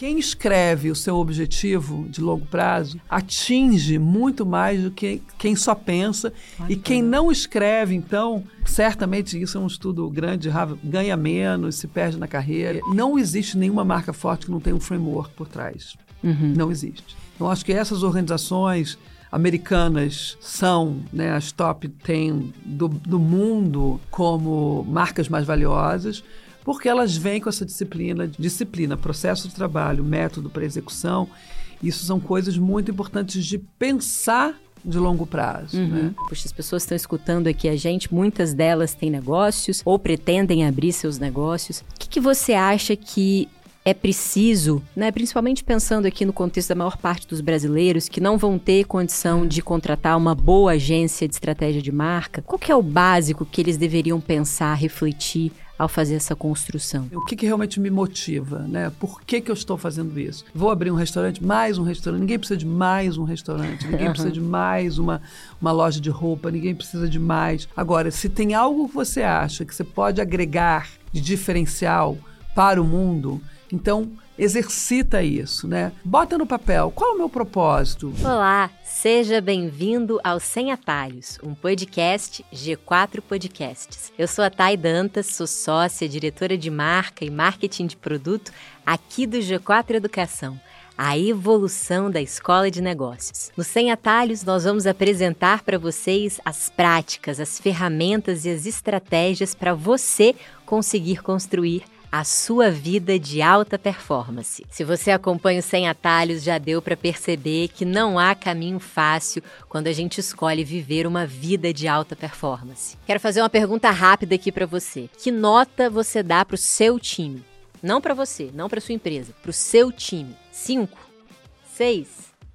Quem escreve o seu objetivo de longo prazo atinge muito mais do que quem só pensa. E quem não escreve, então, certamente isso é um estudo grande, ganha menos, se perde na carreira. Não existe nenhuma marca forte que não tenha um framework por trás. Não existe. Então, acho que essas organizações americanas são, né, as top 10 do mundo como marcas mais valiosas, porque elas vêm com essa disciplina, processo de trabalho, método para execução. Isso são coisas muito importantes de pensar de longo prazo. Né? Puxa, as pessoas estão escutando aqui a gente, muitas delas têm negócios ou pretendem abrir seus negócios. O que você acha que é preciso, né, principalmente pensando aqui no contexto da maior parte dos brasileiros que não vão ter condição de contratar uma boa agência de estratégia de marca? Qual que é o básico que eles deveriam pensar, refletir ao fazer essa construção? O que realmente me motiva, né? Por que eu estou fazendo isso? Vou abrir um restaurante, mais um restaurante. Ninguém precisa de mais um restaurante, ninguém precisa de mais uma loja de roupa, ninguém precisa de mais. Agora, se tem algo que você acha que você pode agregar de diferencial para o mundo, então exercita isso, né? Bota no papel, qual é o meu propósito? Olá, seja bem-vindo ao Sem Atalhos, um podcast G4 Podcasts. Eu sou a Thay Dantas, sou sócia, diretora de marca e marketing de produto aqui do G4 Educação, a evolução da escola de negócios. No Sem Atalhos, nós vamos apresentar para vocês as práticas, as ferramentas e as estratégias para você conseguir construir a sua vida de alta performance. Se você acompanha o Sem Atalhos, já deu para perceber que não há caminho fácil quando a gente escolhe viver uma vida de alta performance. Quero fazer uma pergunta rápida aqui para você. Que nota você dá para o seu time? Não para você, não para sua empresa, para o seu time. 5? 6?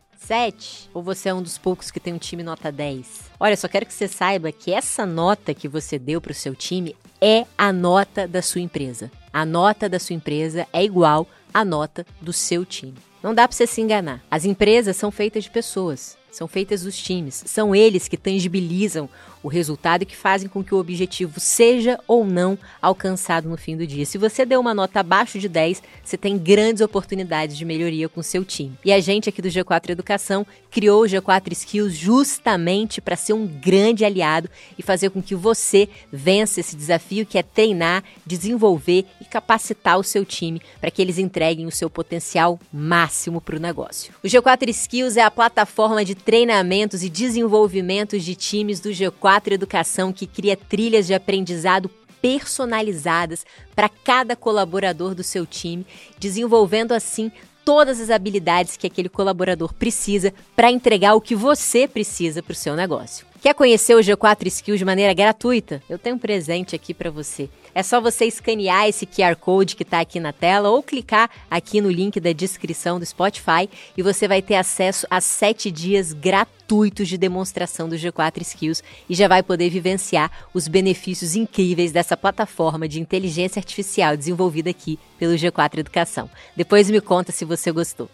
7? Ou você é um dos poucos que tem um time nota 10? Olha, só quero que você saiba que essa nota que você deu para o seu time é a nota da sua empresa. A nota da sua empresa é igual à nota do seu time. Não dá para você se enganar. As empresas são feitas de pessoas, são feitas dos times. São eles que tangibilizam o resultado e que fazem com que o objetivo seja ou não alcançado no fim do dia. Se você deu uma nota abaixo de 10, você tem grandes oportunidades de melhoria com o seu time. E a gente aqui do G4 Educação criou o G4 Skills justamente para ser um grande aliado e fazer com que você vença esse desafio que é treinar, desenvolver e capacitar o seu time para que eles entreguem o seu potencial máximo para o negócio. O G4 Skills é a plataforma de treinamentos e desenvolvimentos de times do G4 Educação que cria trilhas de aprendizado personalizadas para cada colaborador do seu time, desenvolvendo assim todas as habilidades que aquele colaborador precisa para entregar o que você precisa para o seu negócio. Quer conhecer o G4 Skills de maneira gratuita? Eu tenho um presente aqui para você. É só você escanear esse QR Code que está aqui na tela ou clicar aqui no link da descrição do Spotify e você vai ter acesso a 7 dias gratuitos de demonstração do G4 Skills e já vai poder vivenciar os benefícios incríveis dessa plataforma de inteligência artificial desenvolvida aqui pelo G4 Educação. Depois me conta se você gostou.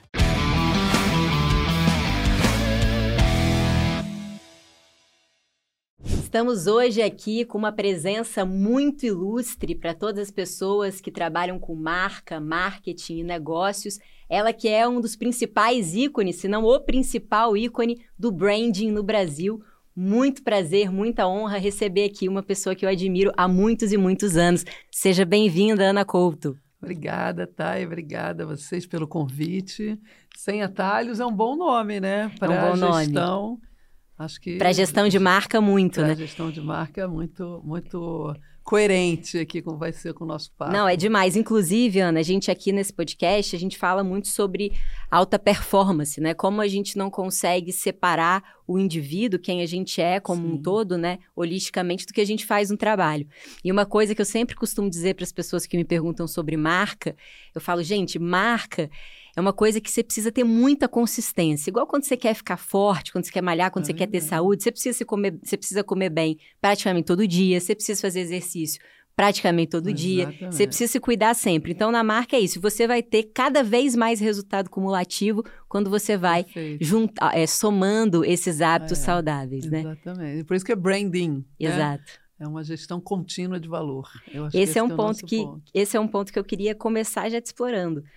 Estamos hoje aqui com uma presença muito ilustre para todas as pessoas que trabalham com marca, marketing e negócios. Ela que é um dos principais ícones, se não o principal ícone do branding no Brasil. Muito prazer, muita honra receber aqui uma pessoa que eu admiro há muitos e muitos anos. Seja bem-vinda, Ana Couto. Obrigada, Thay. Obrigada a vocês pelo convite. Sem Atalhos é um bom nome, né? Para a gestão. Acho que para gestão de marca, muito, né? Para gestão de marca, muito coerente aqui como vai ser com o nosso papo. Não, é demais. Inclusive, Ana, a gente aqui nesse podcast, a gente fala muito sobre alta performance, né? Como a gente não consegue separar o indivíduo, quem a gente é como um todo, né? Holisticamente, do que a gente faz no trabalho. E uma coisa que eu sempre costumo dizer para as pessoas que me perguntam sobre marca, eu falo, gente, marca é uma coisa que você precisa ter muita consistência. Igual quando você quer ficar forte, quando você quer malhar, quando você quer ter saúde, você precisa comer bem praticamente todo dia, você precisa fazer exercício praticamente todo dia, você precisa se cuidar sempre. Então, na marca é isso, você vai ter cada vez mais resultado cumulativo quando você vai somando esses hábitos saudáveis, né? Exatamente, por isso que é branding. Exato. É uma gestão contínua de valor. Eu acho esse é um ponto que eu queria começar já te explorando.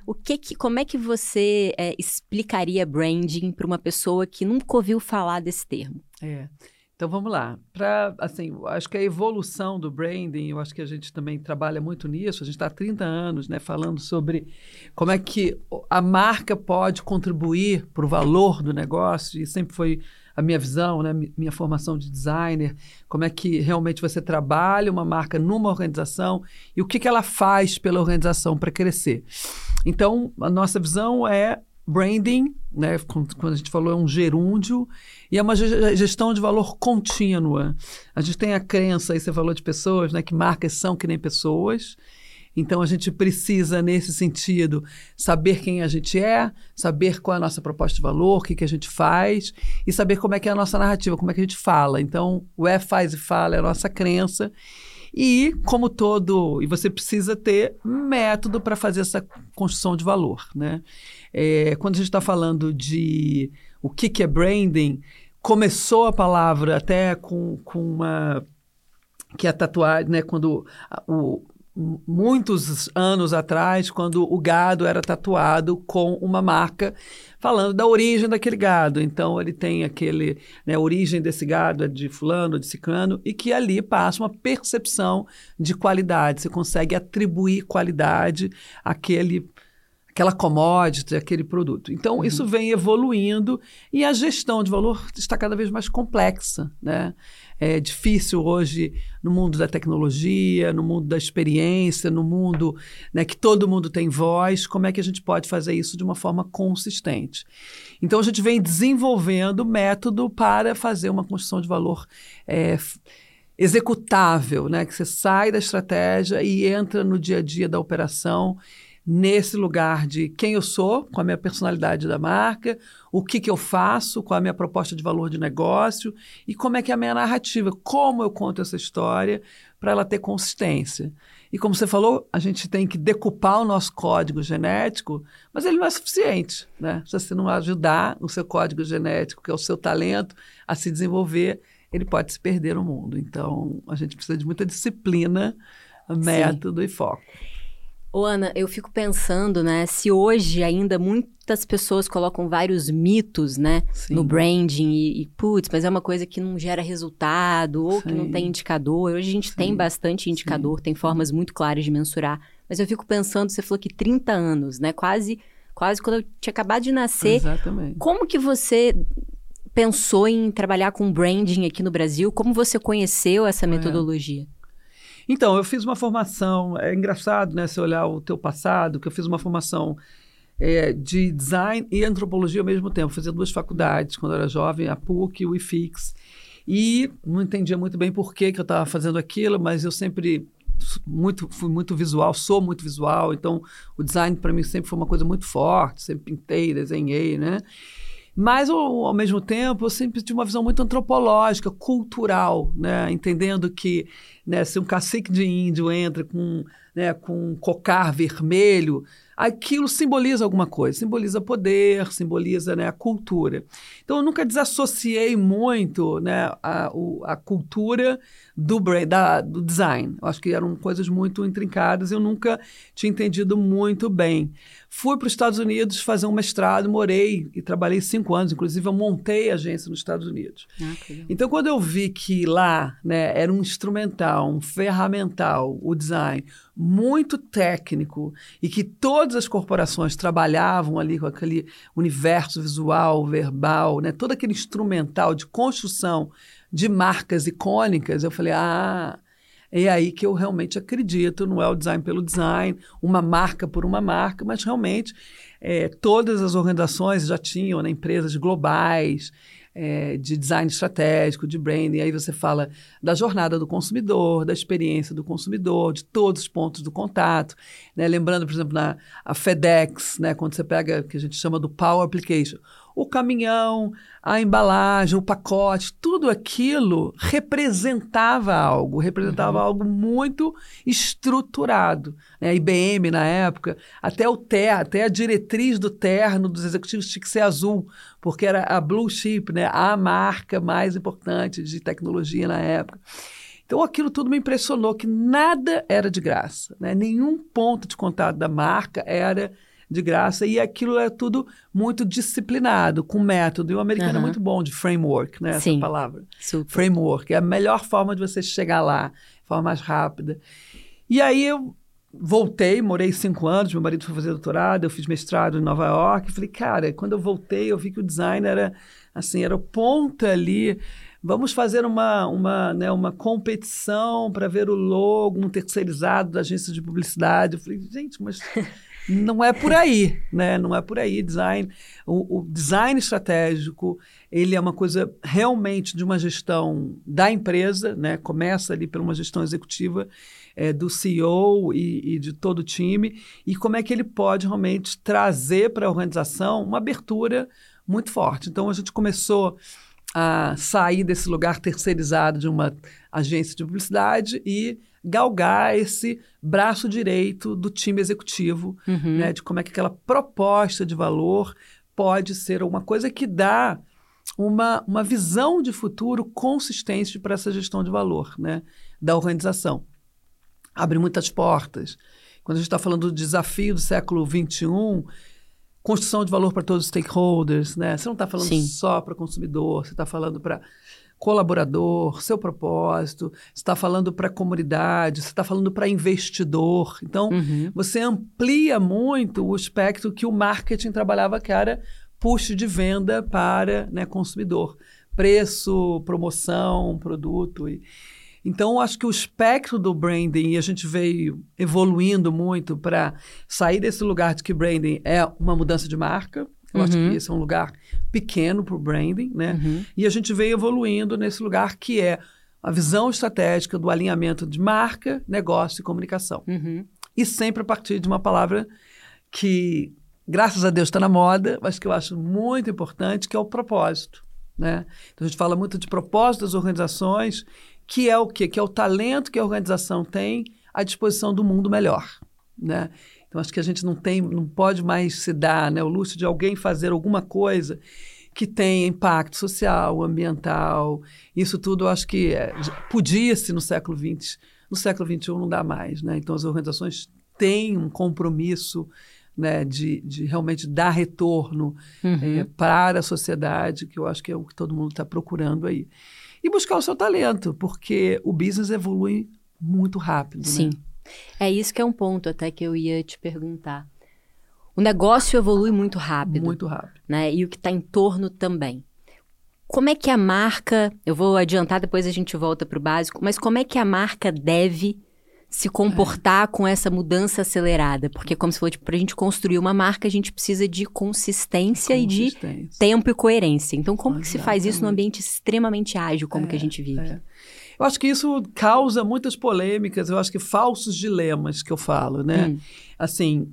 Como é que você explicaria branding para uma pessoa que nunca ouviu falar desse termo? Então, vamos lá. Assim, acho que a evolução do branding, eu acho que a gente também trabalha muito nisso. A gente está há 30 anos, né, falando sobre como é que a marca pode contribuir para o valor do negócio, e sempre foi a minha visão, né, minha formação de designer, como é que realmente você trabalha uma marca numa organização e o que ela faz pela organização para crescer. Então, a nossa visão é branding, né, quando a gente falou, é um gerúndio, e é uma gestão de valor contínua. A gente tem a crença, aí você falou de pessoas, né, que marcas são que nem pessoas. Então, a gente precisa, nesse sentido, saber quem a gente é, saber qual é a nossa proposta de valor, o que a gente faz, e saber como é que é a nossa narrativa, como é que a gente fala. Então, o faz e fala é a nossa crença. E, como todo, e você precisa ter método para fazer essa construção de valor, né? Quando a gente está falando de o que é branding, começou a palavra até com uma... que é tatuagem, né? Quando muitos anos atrás, quando o gado era tatuado com uma marca falando da origem daquele gado. Então, ele tem aquele, né, a origem desse gado é de fulano, de ciclano, e que ali passa uma percepção de qualidade. Você consegue atribuir qualidade àquela commodity, àquele produto. Então, isso vem evoluindo e a gestão de valor está cada vez mais complexa, né? É difícil hoje no mundo da tecnologia, no mundo da experiência, no mundo, né, que todo mundo tem voz, como é que a gente pode fazer isso de uma forma consistente. Então, a gente vem desenvolvendo método para fazer uma construção de valor executável, né, que você sai da estratégia e entra no dia a dia da operação, nesse lugar de quem eu sou, com a minha personalidade da marca, o que eu faço, qual a minha proposta de valor de negócio e como é que é a minha narrativa, como eu conto essa história para ela ter consistência. E como você falou, a gente tem que decupar o nosso código genético, mas ele não é suficiente, né? Se você não ajudar o seu código genético, que é o seu talento, a se desenvolver, ele pode se perder no mundo. Então, a gente precisa de muita disciplina, método e foco. Ô, Ana, eu fico pensando, né, se hoje ainda muitas pessoas colocam vários mitos, né, no branding putz, mas é uma coisa que não gera resultado ou que não tem indicador. Hoje a gente tem bastante indicador, tem formas muito claras de mensurar. Mas eu fico pensando, você falou que 30 anos, né, quase quando eu tinha acabado de nascer. Exatamente. Como que você pensou em trabalhar com branding aqui no Brasil? Como você conheceu essa metodologia? Então, eu fiz uma formação, é engraçado, né, se olhar o teu passado, que eu fiz uma formação de design e antropologia ao mesmo tempo. Eu fazia 2 faculdades quando eu era jovem, a PUC e o IFIX. E não entendia muito bem por que eu estava fazendo aquilo, mas eu sempre fui muito visual, sou muito visual, então o design para mim sempre foi uma coisa muito forte, sempre pintei, desenhei, né? Mas, ao mesmo tempo, eu sempre tive uma visão muito antropológica, cultural, né? Entendendo que, né, se um cacique de índio entra com um cocar vermelho, aquilo simboliza alguma coisa, simboliza poder, simboliza, né, a cultura. Então, eu nunca desassociei muito, né, a cultura do design. Eu acho que eram coisas muito intrincadas, eu nunca tinha entendido muito bem. Fui para os Estados Unidos fazer um mestrado, morei e trabalhei 5 anos, inclusive eu montei agência nos Estados Unidos. Então, quando eu vi que lá, né, era um instrumental, um ferramental, o design, muito técnico, e que todas as corporações trabalhavam ali com aquele universo visual, verbal, né, todo aquele instrumental de construção de marcas icônicas, eu falei, é aí que eu realmente acredito, não é o design pelo design, uma marca por uma marca, mas realmente todas as organizações já tinham, né, empresas globais, de design estratégico, de branding. Aí você fala da jornada do consumidor, da experiência do consumidor, de todos os pontos do contato, né? Lembrando, por exemplo, a FedEx, né? Quando você pega o que a gente chama do Power Application, o caminhão, a embalagem, o pacote, tudo aquilo representava algo muito estruturado, né? A IBM, na época, até a diretriz do terno dos executivos tinha que ser azul, porque era a Blue Chip, né? A marca mais importante de tecnologia na época. Então, aquilo tudo me impressionou, que nada era de graça, né? Nenhum ponto de contato da marca era de graça, e aquilo é tudo muito disciplinado, com método. E o americano é muito bom de framework, né? Sim. Essa palavra. Super. Framework. É a melhor forma de você chegar lá, forma mais rápida. E aí eu voltei, morei 5 anos, meu marido foi fazer doutorado, eu fiz mestrado em Nova York. Falei, cara, quando eu voltei, eu vi que o design era, assim, era o ponto ali. Vamos fazer uma competição para ver o logo, um terceirizado da agência de publicidade. Eu falei, gente, mas não é por aí, né? Não é por aí. O design estratégico, ele é uma coisa realmente de uma gestão da empresa, né? Começa ali por uma gestão executiva do CEO e de todo o time. E como é que ele pode realmente trazer para a organização uma abertura muito forte. Então, a gente começou a sair desse lugar terceirizado de uma agência de publicidade e galgar esse braço direito do time executivo, né, de como é que aquela proposta de valor pode ser uma coisa que dá uma visão de futuro consistente para essa gestão de valor, né, da organização. Abre muitas portas. Quando a gente está falando do desafio do século XXI, construção de valor para todos os stakeholders, né? Você não está falando só para consumidor, você está falando para colaborador, seu propósito, você está falando para a comunidade, você está falando para investidor. Então, você amplia muito o espectro que o marketing trabalhava, que era push de venda para, né, consumidor. Preço, promoção, produto. Então, acho que o espectro do branding, e a gente veio evoluindo muito para sair desse lugar de que branding é uma mudança de marca. Eu acho que esse é um lugar pequeno para o branding, né? E a gente veio evoluindo nesse lugar que é a visão estratégica do alinhamento de marca, negócio e comunicação. E sempre a partir de uma palavra que, graças a Deus, está na moda, mas que eu acho muito importante, que é o propósito, né? Então, a gente fala muito de propósito das organizações, que é o quê? Que é o talento que a organização tem à disposição do mundo melhor, né? Então, acho que a gente não pode mais se dar, né, o luxo de alguém fazer alguma coisa que tenha impacto social, ambiental. Isso tudo eu acho que podia-se no século XX. No século XXI não dá mais, né? Então, as organizações têm um compromisso, né, de realmente dar retorno para a sociedade, que eu acho que é o que todo mundo está procurando aí. E buscar o seu talento, porque o business evolui muito rápido. Sim. Né? É isso que é um ponto até que eu ia te perguntar. O negócio evolui muito rápido. Muito rápido. Né? E o que está em torno também. Como é que a marca... Eu vou adiantar, depois a gente volta para o básico. Mas como é que a marca deve se comportar com essa mudança acelerada? Porque, como se fosse, para a gente construir uma marca, a gente precisa de consistência e de tempo e coerência. Então, como que se faz isso num ambiente extremamente ágil, como que a gente vive? Eu acho que isso causa muitas polêmicas, eu acho que falsos dilemas que eu falo, né? Assim,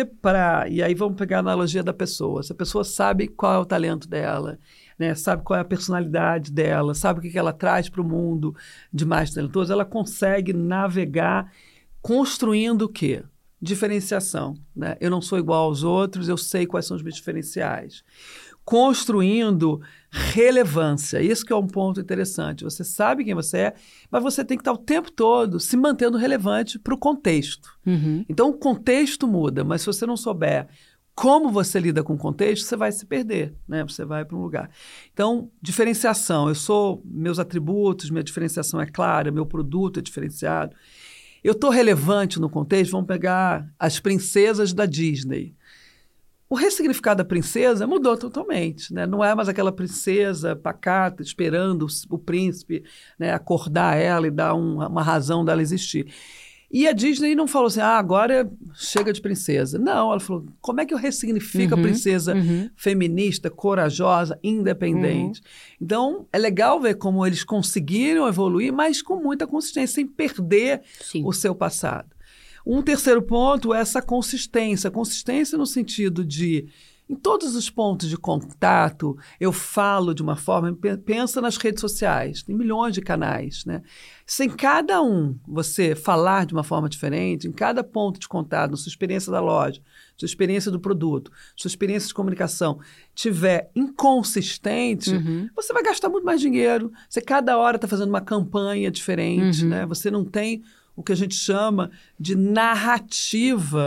e aí vamos pegar a analogia da pessoa. Se a pessoa sabe qual é o talento dela, né, sabe qual é a personalidade dela, sabe o que ela traz para o mundo de mais talentoso, ela consegue navegar construindo o quê? Diferenciação. Né? Eu não sou igual aos outros, eu sei quais são os meus diferenciais. Construindo relevância. Isso que é um ponto interessante. Você sabe quem você é, mas você tem que estar o tempo todo se mantendo relevante para o contexto. Então, o contexto muda, mas se você não souber como você lida com o contexto, você vai se perder, né? Você vai para um lugar. Então, diferenciação. Meus atributos, minha diferenciação é clara, meu produto é diferenciado. Eu estou relevante no contexto, vamos pegar as princesas da Disney. O ressignificado da princesa mudou totalmente, né? Não é mais aquela princesa pacata esperando o príncipe, né, acordar ela e dar uma razão dela existir. E a Disney não falou assim, agora chega de princesa. Não, ela falou, como é que eu ressignifico a princesa feminista, corajosa, independente? Então, é legal ver como eles conseguiram evoluir, mas com muita consistência, sem perder o seu passado. Um terceiro ponto é essa consistência. Consistência no sentido de, em todos os pontos de contato, eu falo de uma forma, pensa nas redes sociais, tem milhões de canais, né? Se em cada um você falar de uma forma diferente, em cada ponto de contato, na sua experiência da loja, sua experiência do produto, sua experiência de comunicação, tiver inconsistente, você vai gastar muito mais dinheiro. Você cada hora está fazendo uma campanha diferente, né? Você não tem o que a gente chama de narrativa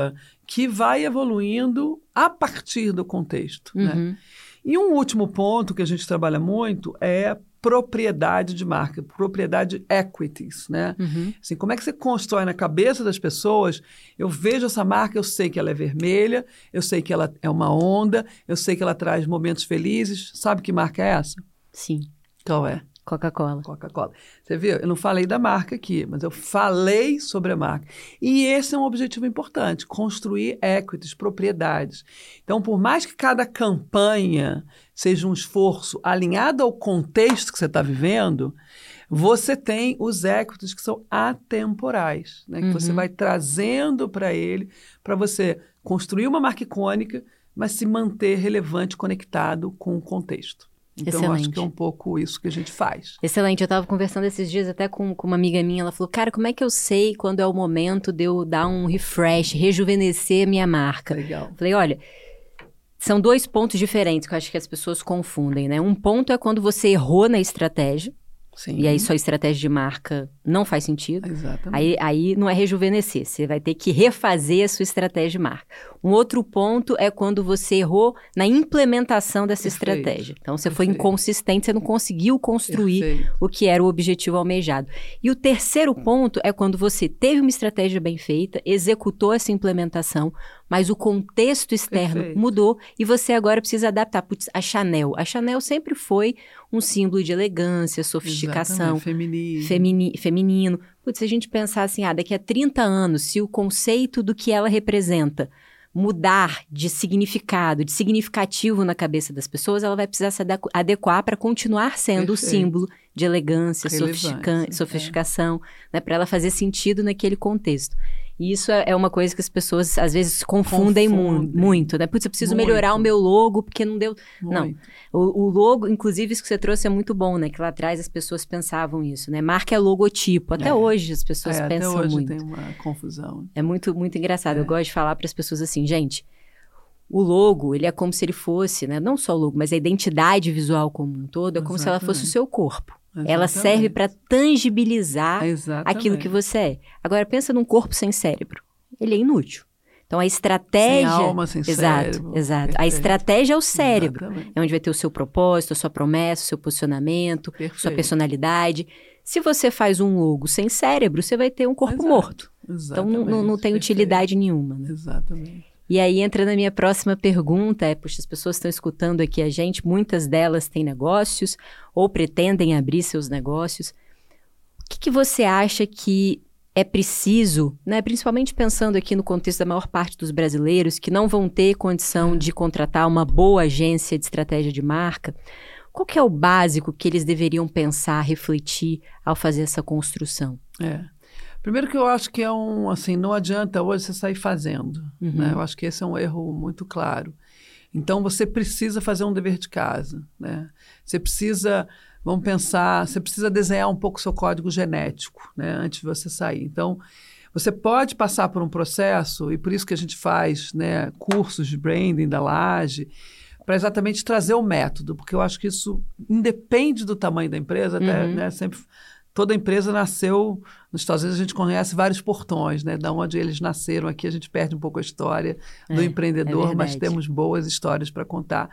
que vai evoluindo a partir do contexto, né? E um último ponto que a gente trabalha muito é propriedade de marca, propriedade equities, né? Assim, como é que você constrói na cabeça das pessoas? Eu vejo essa marca, eu sei que ela é vermelha, eu sei que ela é uma onda, eu sei que ela traz momentos felizes. Sabe que marca é essa? Sim. Qual é? Coca-Cola. Coca-Cola. Você viu? Eu não falei da marca aqui, mas eu falei sobre a marca. E esse é um objetivo importante, construir equities, propriedades. Então, por mais que cada campanha seja um esforço alinhado ao contexto que você está vivendo, você tem os equities que são atemporais, né? Que você vai trazendo para ele, para você construir uma marca icônica, mas se manter relevante, conectado com o contexto. Então, eu acho que é um pouco isso que a gente faz. Excelente. Eu estava conversando esses dias até com uma amiga minha. Ela falou, cara, como é que eu sei quando é o momento de eu dar um refresh, rejuvenescer a minha marca? Legal. Falei, olha, são 2 pontos diferentes que eu acho que as pessoas confundem, né? Um ponto é quando você errou na estratégia. Sim. E aí sua estratégia de marca não faz sentido. Exatamente. Aí não é rejuvenescer, você vai ter que refazer a sua estratégia de marca. Um outro ponto é quando você errou na implementação dessa estratégia. Então você foi inconsistente, você não conseguiu construir o que era o objetivo almejado. E o terceiro ponto é quando você teve uma estratégia bem feita, executou essa implementação, mas o contexto externo mudou e você agora precisa adaptar. Putz, a Chanel sempre foi um símbolo de elegância, sofisticação, feminino. Putz, se a gente pensar assim, daqui a 30 anos, se o conceito do que ela representa mudar de significado, de significativo na cabeça das pessoas, ela vai precisar se adequar para continuar sendo o símbolo de elegância, sofisticação, né, para ela fazer sentido naquele contexto. E isso é uma coisa que as pessoas, às vezes, confundem muito, né? Putz, eu preciso melhorar o meu logo, porque não deu... Não, o logo, inclusive, isso que você trouxe é muito bom, né? Que lá atrás as pessoas pensavam isso, né? Marca é logotipo. Até hoje as pessoas pensam muito. Até hoje tem uma confusão. É muito, muito engraçado. Eu gosto de falar para as pessoas assim, gente, o logo, ele é como se ele fosse, né? Não só o logo, mas a identidade visual como um todo, é como se ela fosse o seu corpo. Exatamente. Ela serve para tangibilizar aquilo que você é. Agora, pensa num corpo sem cérebro. Ele é inútil. Então, a estratégia... Sem alma, sem cérebro. Exato. A estratégia é o cérebro. Exatamente. É onde vai ter o seu propósito, a sua promessa, o seu posicionamento, sua personalidade. Se você faz um logo sem cérebro, você vai ter um corpo morto. Exatamente. Então, não tem utilidade nenhuma. Né? Exatamente. E aí entra na minha próxima pergunta, puxa, as pessoas estão escutando aqui a gente, muitas delas têm negócios ou pretendem abrir seus negócios. O que você acha que é preciso, né, principalmente pensando aqui no contexto da maior parte dos brasileiros que não vão ter condição de contratar uma boa agência de estratégia de marca? Qual que é o básico que eles deveriam pensar, refletir ao fazer essa construção? Primeiro que eu acho que não adianta hoje você sair fazendo, né? Eu acho que esse é um erro muito claro. Então, você precisa fazer um dever de casa, né? Você precisa, vamos pensar, você precisa desenhar um pouco o seu código genético, né? Antes de você sair. Então, você pode passar por um processo, e por isso que a gente faz, né, cursos de branding da Laje, para exatamente trazer o método, porque eu acho que isso independe do tamanho da empresa, até, né, sempre... Toda empresa nasceu, nos Estados Unidos a gente conhece vários portões, né? Da onde eles nasceram aqui, a gente perde um pouco a história do empreendedor, mas temos boas histórias para contar.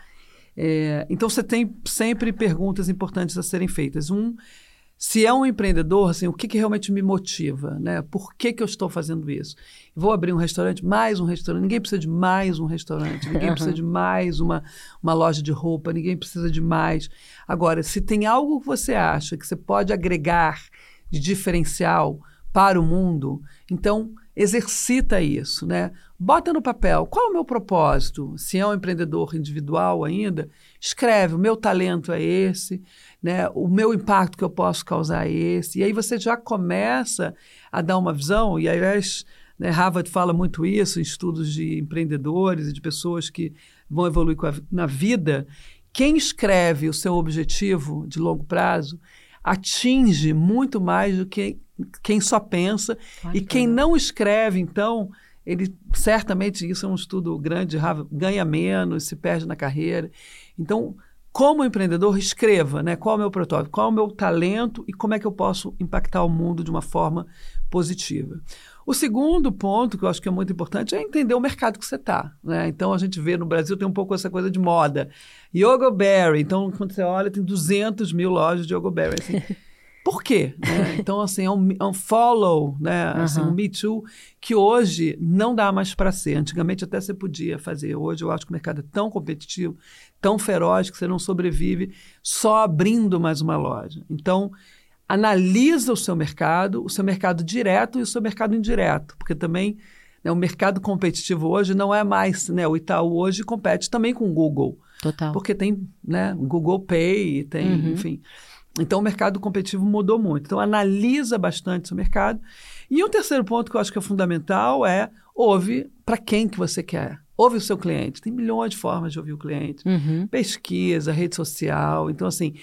Então, você tem sempre perguntas importantes a serem feitas. Se é um empreendedor, assim, o que realmente me motiva, né? Por que eu estou fazendo isso? Vou abrir um restaurante, mais um restaurante. Ninguém precisa de mais um restaurante, ninguém precisa de mais uma loja de roupa, ninguém precisa de mais. Agora, se tem algo que você acha que você pode agregar de diferencial para o mundo, então exercita isso, né? Bota no papel, qual é o meu propósito? Se é um empreendedor individual ainda, escreve, o meu talento é esse, né? O meu impacto que eu posso causar é esse. E aí você já começa a dar uma visão, e aliás, né, Harvard fala muito isso em estudos de empreendedores e de pessoas que vão evoluir na vida. Quem escreve o seu objetivo de longo prazo atinge muito mais do que quem só pensa. E quem não escreve, então, ele certamente, isso é um estudo grande, ganha menos, se perde na carreira. Então, como empreendedor, escreva, né? Qual é o meu protótipo, qual é o meu talento e como é que eu posso impactar o mundo de uma forma positiva. O segundo ponto, que eu acho que é muito importante, é entender o mercado que você está, né? Então, a gente vê no Brasil, tem um pouco essa coisa de moda. Yogoberry, então, quando você olha, tem 200 mil lojas de Yogoberry, assim. Por quê? Né? Então, assim, é um follow, né? Assim, um Me Too, que hoje não dá mais para ser. Antigamente até você podia fazer. Hoje eu acho que o mercado é tão competitivo, tão feroz, que você não sobrevive só abrindo mais uma loja. Então, analisa o seu mercado direto e o seu mercado indireto, porque também, né, o mercado competitivo hoje não é mais, né, o Itaú hoje compete também com o Google. Total. Porque tem, né, o Google Pay, tem, enfim. Então, o mercado competitivo mudou muito. Então, analisa bastante o seu mercado. E o terceiro ponto que eu acho que é fundamental é ouve para quem que você quer. Ouve o seu cliente. Tem milhões de formas de ouvir o cliente. Pesquisa, rede social. Então, assim,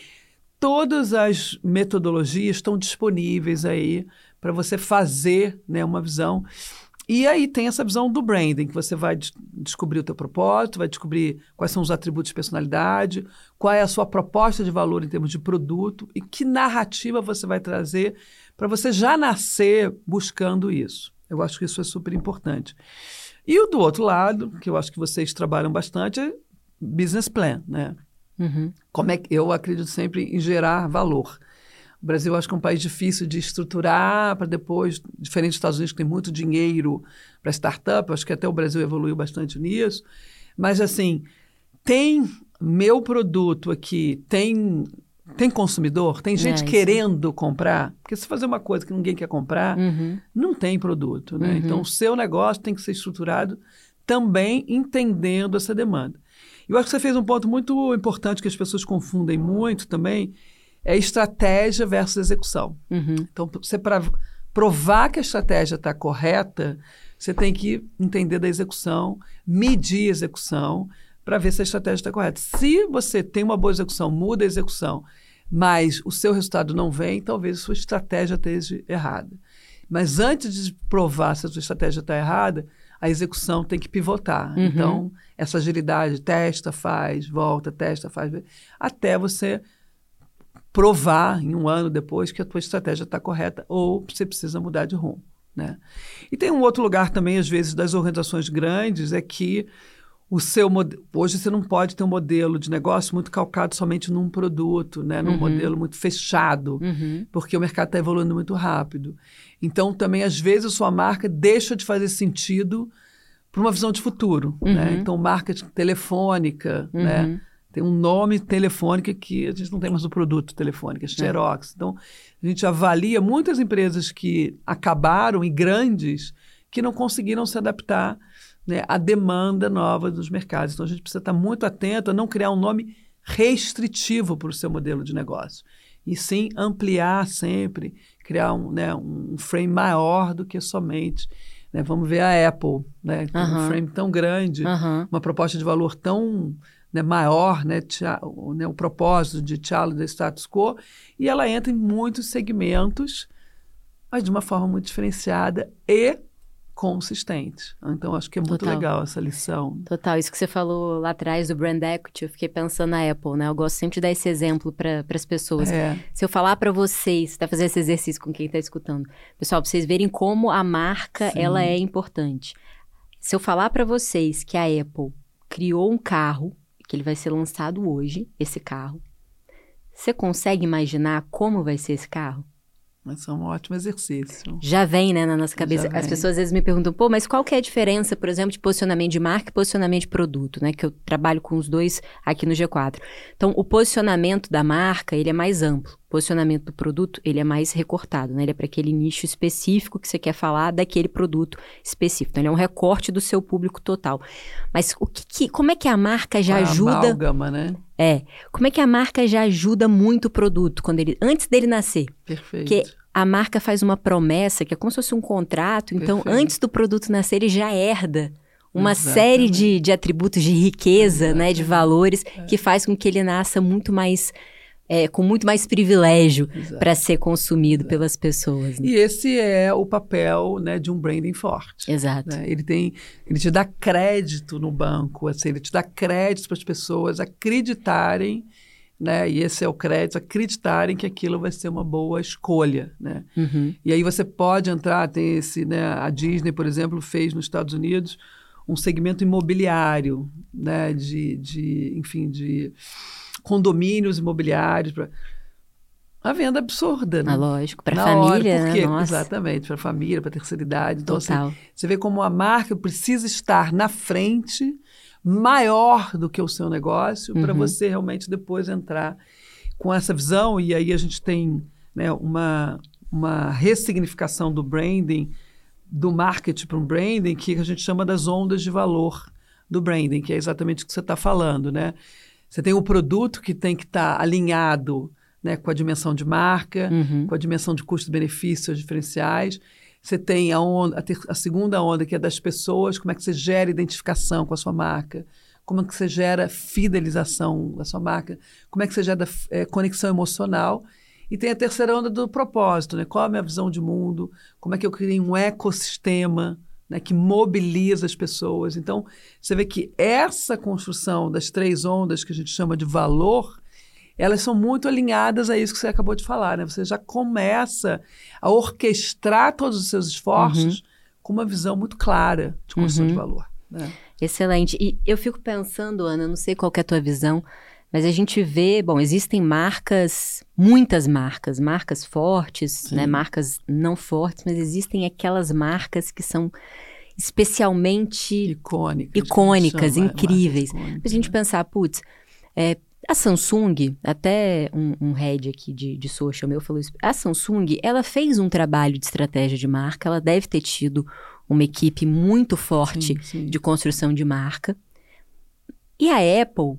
todas as metodologias estão disponíveis aí para você fazer, né, uma visão. E aí tem essa visão do branding, que você vai descobrir o teu propósito, vai descobrir quais são os atributos de personalidade, qual é a sua proposta de valor em termos de produto e que narrativa você vai trazer para você já nascer buscando isso. Eu acho que isso é super importante. E o do outro lado, que eu acho que vocês trabalham bastante, é business plan, né? Como é que eu acredito sempre em gerar valor. O Brasil, acho que é um país difícil de estruturar para depois, diferente dos Estados Unidos, que tem muito dinheiro para startup, acho que até o Brasil evoluiu bastante nisso. Mas, assim, tem meu produto aqui, tem consumidor, tem gente querendo comprar. Porque se fazer uma coisa que ninguém quer comprar, não tem produto, né? Então, o seu negócio tem que ser estruturado também entendendo essa demanda. Eu acho que você fez um ponto muito importante que as pessoas confundem muito também, é estratégia versus execução. Então, você para provar que a estratégia está correta, você tem que entender da execução, medir a execução, para ver se a estratégia está correta. Se você tem uma boa execução, muda a execução, mas o seu resultado não vem, talvez a sua estratégia esteja errada. Mas antes de provar se a sua estratégia está errada, a execução tem que pivotar. Então, essa agilidade, testa, faz, volta, testa, faz, até você provar em um ano depois que a tua estratégia está correta ou você precisa mudar de rumo, né? E tem um outro lugar também, às vezes, das organizações grandes, é que hoje você não pode ter um modelo de negócio muito calcado somente num produto, né? Num modelo muito fechado, porque o mercado está evoluindo muito rápido. Então, também, às vezes, a sua marca deixa de fazer sentido para uma visão de futuro, né? Então, marketing telefônica, né? Tem um nome telefônica que a gente não tem mais o produto telefônica, Xerox. Então, a gente avalia muitas empresas que acabaram e grandes que não conseguiram se adaptar, né, à demanda nova dos mercados. Então, a gente precisa estar muito atento a não criar um nome restritivo para o seu modelo de negócio. E sim ampliar sempre, criar um frame maior do que somente. Né? Vamos ver a Apple, né? Tem um frame tão grande, uma proposta de valor tão... né, maior, né, o propósito de challenge da status quo, e ela entra em muitos segmentos, mas de uma forma muito diferenciada e consistente. Então, acho que é muito legal essa lição. Total. Isso que você falou lá atrás do brand equity, eu fiquei pensando na Apple, né? Eu gosto sempre de dar esse exemplo para as pessoas. Se eu falar para vocês, tá fazendo esse exercício com quem está escutando, pessoal, para vocês verem como a marca, ela é importante. Se eu falar para vocês que a Apple criou um carro, que ele vai ser lançado hoje, esse carro. Você consegue imaginar como vai ser esse carro? Mas é um ótimo exercício. Já vem, né, na nossa cabeça. As pessoas às vezes me perguntam, pô, mas qual que é a diferença, por exemplo, de posicionamento de marca e posicionamento de produto, né? Que eu trabalho com os dois aqui no G4. Então, o posicionamento da marca, ele é mais amplo. O posicionamento do produto, ele é mais recortado, né? Ele é para aquele nicho específico que você quer falar daquele produto específico. Então, ele é um recorte do seu público total. Mas como é que a marca já ajuda... amálgama, né? Como é que a marca já ajuda muito o produto antes dele nascer? Perfeito. Porque a marca faz uma promessa, que é como se fosse um contrato, então antes do produto nascer ele já herda uma série de atributos de riqueza, né, de valores, que faz com que ele nasça muito mais... com muito mais privilégio para ser consumido pelas pessoas. Né? E esse é o papel, né, de um branding forte. Exato. Né? Ele te dá crédito no banco, assim, ele te dá crédito para as pessoas acreditarem, né? E esse é o crédito, acreditarem que aquilo vai ser uma boa escolha, né? E aí você pode entrar, tem esse, né? A Disney, por exemplo, fez nos Estados Unidos um segmento imobiliário, né? Enfim, de condomínios imobiliários, uma venda absurda, né? Lógico, para a família, por quê? né? Nossa. Exatamente, para a família, para a terceira idade. Então, Total. assim, você vê como a marca precisa estar na frente, maior do que o seu negócio, para você realmente depois entrar com essa visão. E aí a gente tem, né, uma ressignificação do branding, do marketing para um branding, que a gente chama das ondas de valor do branding, que é exatamente o que você está falando, né? Você tem o produto que tem que estar alinhado, né, com a dimensão de marca, com a dimensão de custo-benefício, diferenciais. Você tem a segunda onda, que é das pessoas, como é que você gera identificação com a sua marca, como é que você gera fidelização da sua marca, como é que você gera conexão emocional. E tem a terceira onda do propósito, né? Qual é a minha visão de mundo, como é que eu criei um ecossistema, né, que mobiliza as pessoas. Então, você vê que essa construção das 3 ondas que a gente chama de valor, elas são muito alinhadas a isso que você acabou de falar, né? Você já começa a orquestrar todos os seus esforços com uma visão muito clara de construção de valor, né? Excelente. E eu fico pensando, Ana, não sei qual que é a tua visão, mas a gente vê, bom, existem marcas, muitas marcas fortes, né? Marcas não fortes, mas existem aquelas marcas que são especialmente icônicas, incríveis. A gente pensar, putz, a Samsung, até um head aqui de social meu falou isso, a Samsung, ela fez um trabalho de estratégia de marca, ela deve ter tido uma equipe muito forte de construção de marca. E a Apple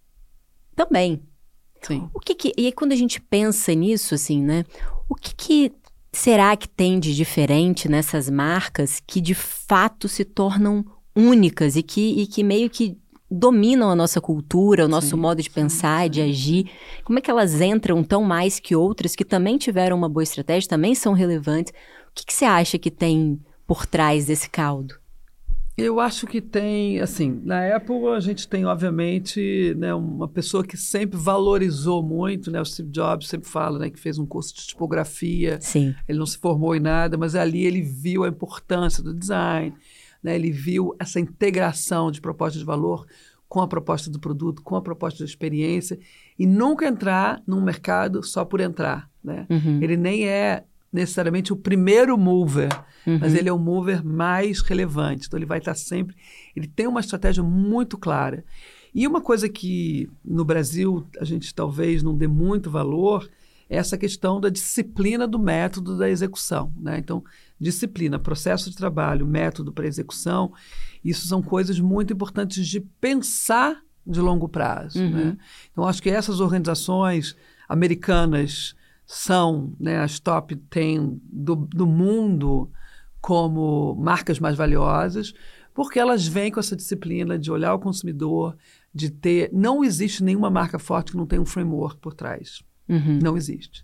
também. Sim. E aí quando a gente pensa nisso, assim, né, o que será que tem de diferente nessas marcas que de fato se tornam únicas e que meio que dominam a nossa cultura, o nosso modo de pensar, de agir? Como é que elas entram tão mais que outras que também tiveram uma boa estratégia, também são relevantes? O que você acha que tem por trás desse caldo? Eu acho que tem, assim, na Apple a gente tem, obviamente, né, uma pessoa que sempre valorizou muito, né, o Steve Jobs sempre fala, né, que fez um curso de tipografia. Sim. Ele não se formou em nada, mas ali ele viu a importância do design, né, ele viu essa integração de proposta de valor com a proposta do produto, com a proposta da experiência, e nunca entrar num mercado só por entrar, né? Ele nem é necessariamente o primeiro mover, mas ele é o mover mais relevante. Então, ele vai estar sempre... Ele tem uma estratégia muito clara. E uma coisa que no Brasil a gente talvez não dê muito valor é essa questão da disciplina do método da execução, né? Então, disciplina, processo de trabalho, método para execução, isso são coisas muito importantes de pensar de longo prazo, né? Então, acho que essas organizações americanas são, né, as top 10 do mundo como marcas mais valiosas, porque elas vêm com essa disciplina de olhar o consumidor, de ter... Não existe nenhuma marca forte que não tenha um framework por trás. Não existe.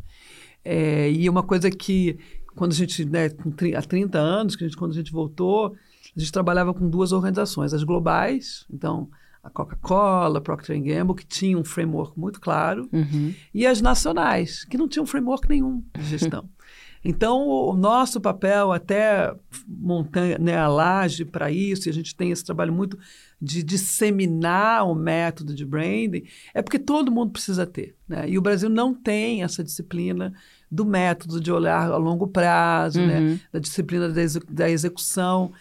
E uma coisa que, quando a gente, né, há 30 anos, quando a gente voltou, a gente trabalhava com 2 organizações, as globais, então a Coca-Cola, a Procter & Gamble, que tinha um framework muito claro, e as nacionais, que não tinham framework nenhum de gestão. Então, o nosso papel, até montar, né, a laje para isso, e a gente tem esse trabalho muito de disseminar o método de branding, é porque todo mundo precisa ter, né? E o Brasil não tem essa disciplina do método de olhar a longo prazo, né? Da disciplina da execução.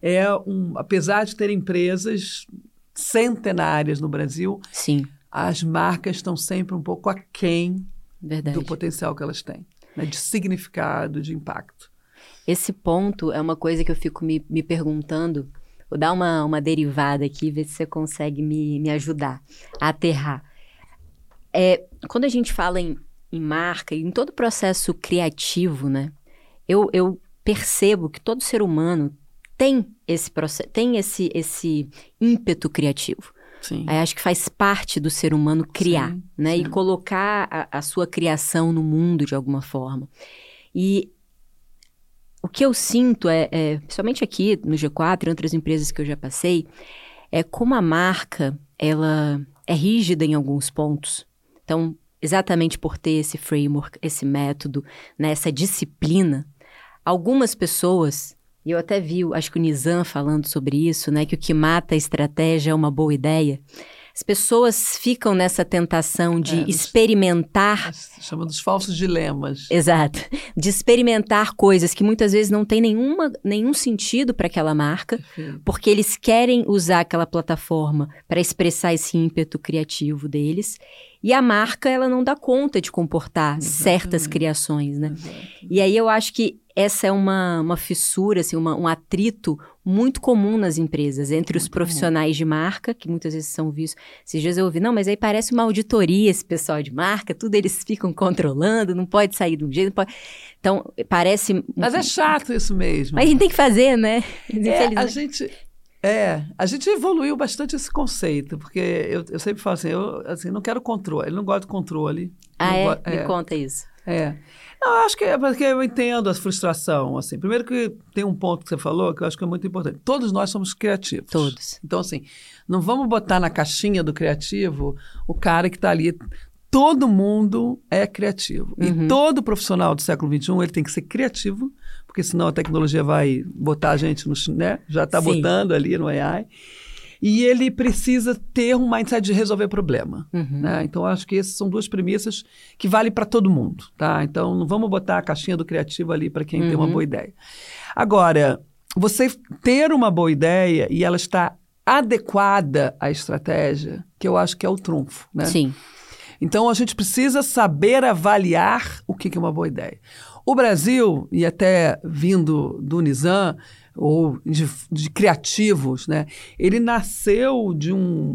Apesar de ter empresas centenárias no Brasil, sim, as marcas estão sempre um pouco aquém verdade, do potencial que elas têm, né, de significado, de impacto. Esse ponto é uma coisa que eu fico me perguntando. Vou dar uma derivada aqui, ver se você consegue me ajudar a aterrar. Quando a gente fala em marca, em todo o processo criativo, né, eu percebo que todo ser humano tem esse processo, tem esse ímpeto criativo. Sim. Acho que faz parte do ser humano criar, sim, né? Sim. E colocar a sua criação no mundo de alguma forma. E o que eu sinto principalmente aqui no G4 e outras empresas que eu já passei, é como a marca, ela é rígida em alguns pontos, Então, exatamente por ter esse framework, esse método, né, essa disciplina, algumas pessoas, e eu até vi, acho que o Nizam falando sobre isso, né, que o que mata a estratégia é uma boa ideia. As pessoas ficam nessa tentação de experimentar... Chama dos falsos dilemas. Exato. De experimentar coisas que muitas vezes não têm nenhum sentido para aquela marca, porque eles querem usar aquela plataforma para expressar esse ímpeto criativo deles. E a marca, ela não dá conta de comportar certas criações, né? E aí eu acho que essa é uma fissura, assim, um atrito muito comum nas empresas, entre os profissionais de marca, que muitas vezes são vistos. Esses dias eu ouvi, não, mas aí parece uma auditoria esse pessoal de marca, tudo eles ficam controlando, não pode sair de um jeito, não pode... Então, parece... Mas é chato isso mesmo. Mas a gente tem que fazer, né? A gente evoluiu bastante esse conceito, porque eu sempre falo assim, eu não quero controle, eu não gosto de controle. Me conta isso. Não, eu acho que é porque eu entendo a frustração, assim. Primeiro que tem um ponto que você falou que eu acho que é muito importante. Todos nós somos criativos. Todos. Então, assim, não vamos botar na caixinha do criativo o cara que está ali. Todo mundo é criativo. E todo profissional do século XXI, ele tem que ser criativo, porque senão a tecnologia vai botar a gente no... né? Já está botando ali no AI. E ele precisa ter um mindset de resolver problema. Né? Então, acho que essas são duas premissas que valem para todo mundo. Tá? Então, não vamos botar a caixinha do criativo ali para quem tem uma boa ideia. Agora, você ter uma boa ideia e ela está adequada à estratégia, que eu acho que é o trunfo. Né? Sim. Então, a gente precisa saber avaliar o que é uma boa ideia. O Brasil, e até vindo do Nizam, ou de criativos, né? Ele nasceu de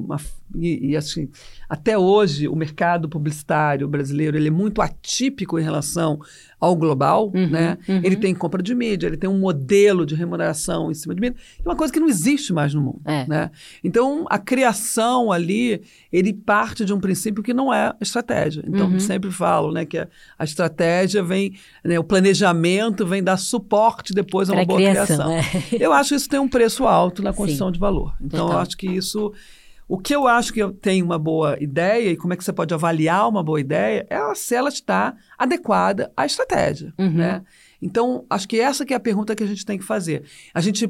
e assim, até hoje o mercado publicitário brasileiro ele é muito atípico em relação ao global, né? Ele tem compra de mídia, ele tem um modelo de remuneração em cima de mídia, é uma coisa que não existe mais no mundo, né? Então, a criação ali, ele parte de um princípio que não é estratégia. Então, sempre falo, né, que a estratégia vem, né, o planejamento vem dar suporte depois a uma boa criação. Eu acho que isso tem um preço alto na construção de valor. Então, eu acho que isso... O que eu acho que eu tenho uma boa ideia e como é que você pode avaliar uma boa ideia é se ela está adequada à estratégia, né? Então, acho que essa que é a pergunta que a gente tem que fazer. A gente,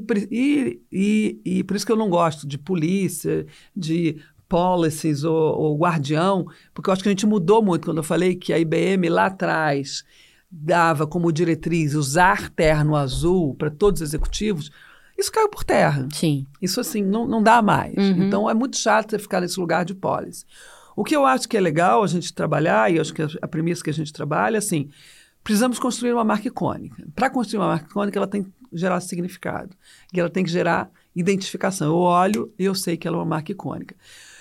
e por isso que eu não gosto de polícia, de policies ou guardião, porque eu acho que a gente mudou muito quando eu falei que a IBM lá atrás dava como diretriz usar terno azul para todos os executivos. Isso caiu por terra. Sim. Isso, assim, não dá mais. Então, é muito chato você ficar nesse lugar de policy. O que eu acho que é legal a gente trabalhar, e eu acho que a premissa que a gente trabalha, assim, precisamos construir uma marca icônica. Para construir uma marca icônica, ela tem que gerar significado. E ela tem que gerar identificação. Eu olho e eu sei que ela é uma marca icônica.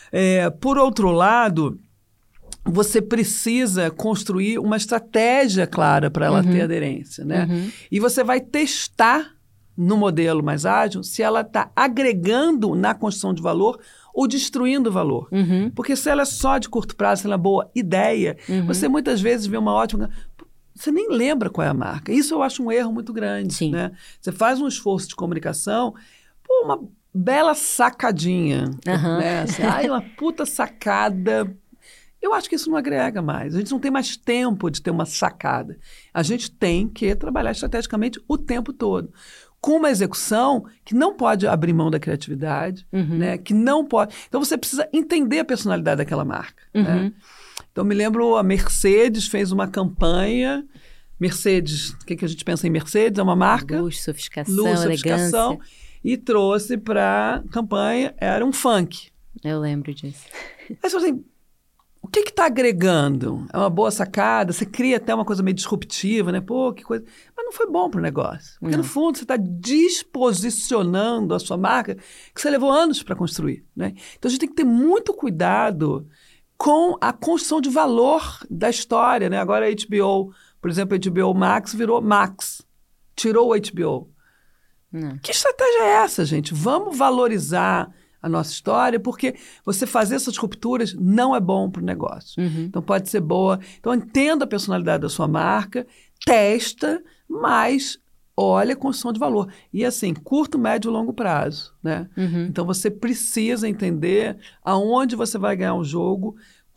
Por outro lado, você precisa construir uma estratégia clara para ela ter aderência, né? E você vai testar no modelo mais ágil, se ela está agregando na construção de valor ou destruindo valor. Porque se ela é só de curto prazo, se ela é boa ideia, você muitas vezes vê uma ótima... Você nem lembra qual é a marca. Isso eu acho um erro muito grande. Né? Você faz um esforço de comunicação, uma bela sacadinha. Né? Assim, uma puta sacada... Eu acho que isso não agrega mais. A gente não tem mais tempo de ter uma sacada. A gente tem que trabalhar estrategicamente o tempo todo. Com uma execução que não pode abrir mão da criatividade, né? Que não pode... Então, você precisa entender a personalidade daquela marca. Né? Então, me lembro, a Mercedes fez uma campanha. Mercedes, o que a gente pensa em Mercedes? É uma marca... Luxo, sofisticação, e trouxe para a campanha, era um funk. Eu lembro disso. Aí você fala assim, o que está agregando? É uma boa sacada? Você cria até uma coisa meio disruptiva, né? Pô, que coisa... Mas não foi bom para o negócio. Porque, no fundo, você está disposicionando a sua marca que você levou anos para construir, né? Então, a gente tem que ter muito cuidado com a construção de valor da história, né? Agora, a HBO, por exemplo, a HBO Max virou Max. Tirou o HBO. Que estratégia é essa, gente? Vamos valorizar a nossa história, porque você fazer essas rupturas não é bom para o negócio. Então, pode ser boa. Então, entenda a personalidade da sua marca, testa, mas olha a construção de valor. E, assim, curto, médio e longo prazo, né? Então, você precisa entender aonde você vai ganhar um jogo,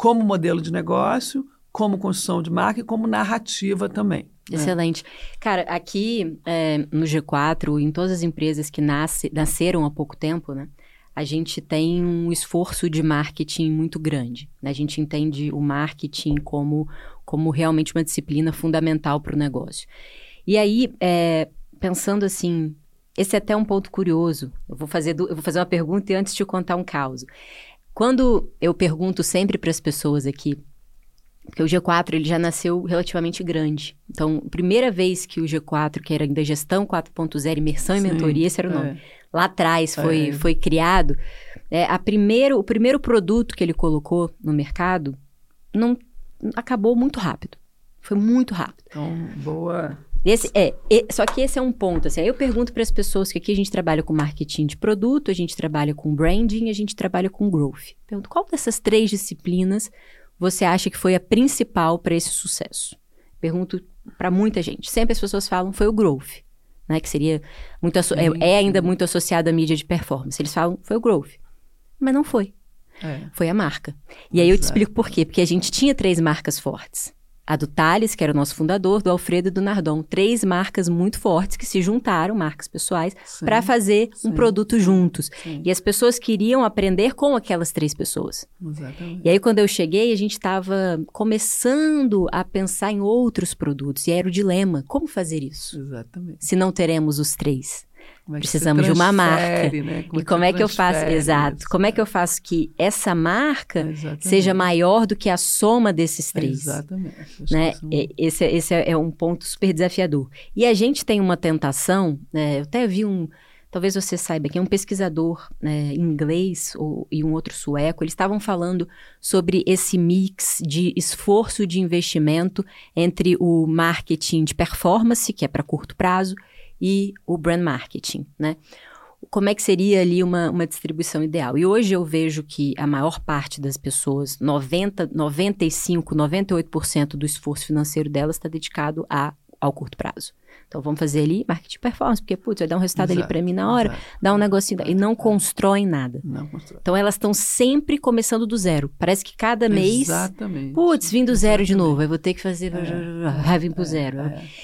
como modelo de negócio, como construção de marca e como narrativa também. Excelente. Cara, aqui no G4, em todas as empresas que nasceram há pouco tempo, né? A gente tem um esforço de marketing muito grande, né? A gente entende o marketing como realmente uma disciplina fundamental para o negócio. E aí, pensando assim, esse é até um ponto curioso. Eu vou fazer uma pergunta e antes te contar um caso. Quando eu pergunto sempre para as pessoas aqui, porque o G4 ele já nasceu relativamente grande. Então, a primeira vez que o G4, que era ainda gestão 4.0, imersão e mentoria, esse era o nome. Lá atrás foi criado. O primeiro produto que ele colocou no mercado acabou muito rápido. Foi muito rápido. Então, boa. Só que esse é um ponto. Assim, aí eu pergunto para as pessoas que aqui a gente trabalha com marketing de produto, a gente trabalha com branding, a gente trabalha com growth. Pergunto, qual dessas 3 disciplinas você acha que foi a principal para esse sucesso? Pergunto para muita gente. Sempre as pessoas falam foi o growth, né? Que seria muito ainda muito associado à mídia de performance. Eles falam foi o growth, mas não foi. Foi a marca. E aí eu te explico por quê. Porque a gente tinha 3 marcas fortes. A do Thales, que era o nosso fundador, do Alfredo e do Nardon. 3 marcas muito fortes que se juntaram, marcas pessoais, para fazer um produto juntos. Sim. E as pessoas queriam aprender com aquelas 3 pessoas. Exatamente. E aí, quando eu cheguei, a gente estava começando a pensar em outros produtos. E era o dilema, como fazer isso? Exatamente. Se não teremos os 3. Precisamos de uma marca. Né? E como é que eu faço? Exato. Isso. Como é que eu faço que essa marca seja maior do que a soma desses 3? Exatamente. Né? Esse é um ponto super desafiador. E a gente tem uma tentação, eu até vi talvez você saiba, que é um pesquisador inglês e um outro sueco, eles estavam falando sobre esse mix de esforço de investimento entre o marketing de performance, que é para curto prazo, e o brand marketing, né? Como é que seria ali uma distribuição ideal? E hoje eu vejo que a maior parte das pessoas, 95, 98% do esforço financeiro delas está dedicado ao curto prazo. Então vamos fazer ali marketing performance, porque vai dar um resultado ali para mim na hora, dá um negocinho, e não constroem nada. Não constrói. Então elas estão sempre começando do zero. Parece que cada mês, vim do zero de novo, eu vou ter que fazer, vim pro zero.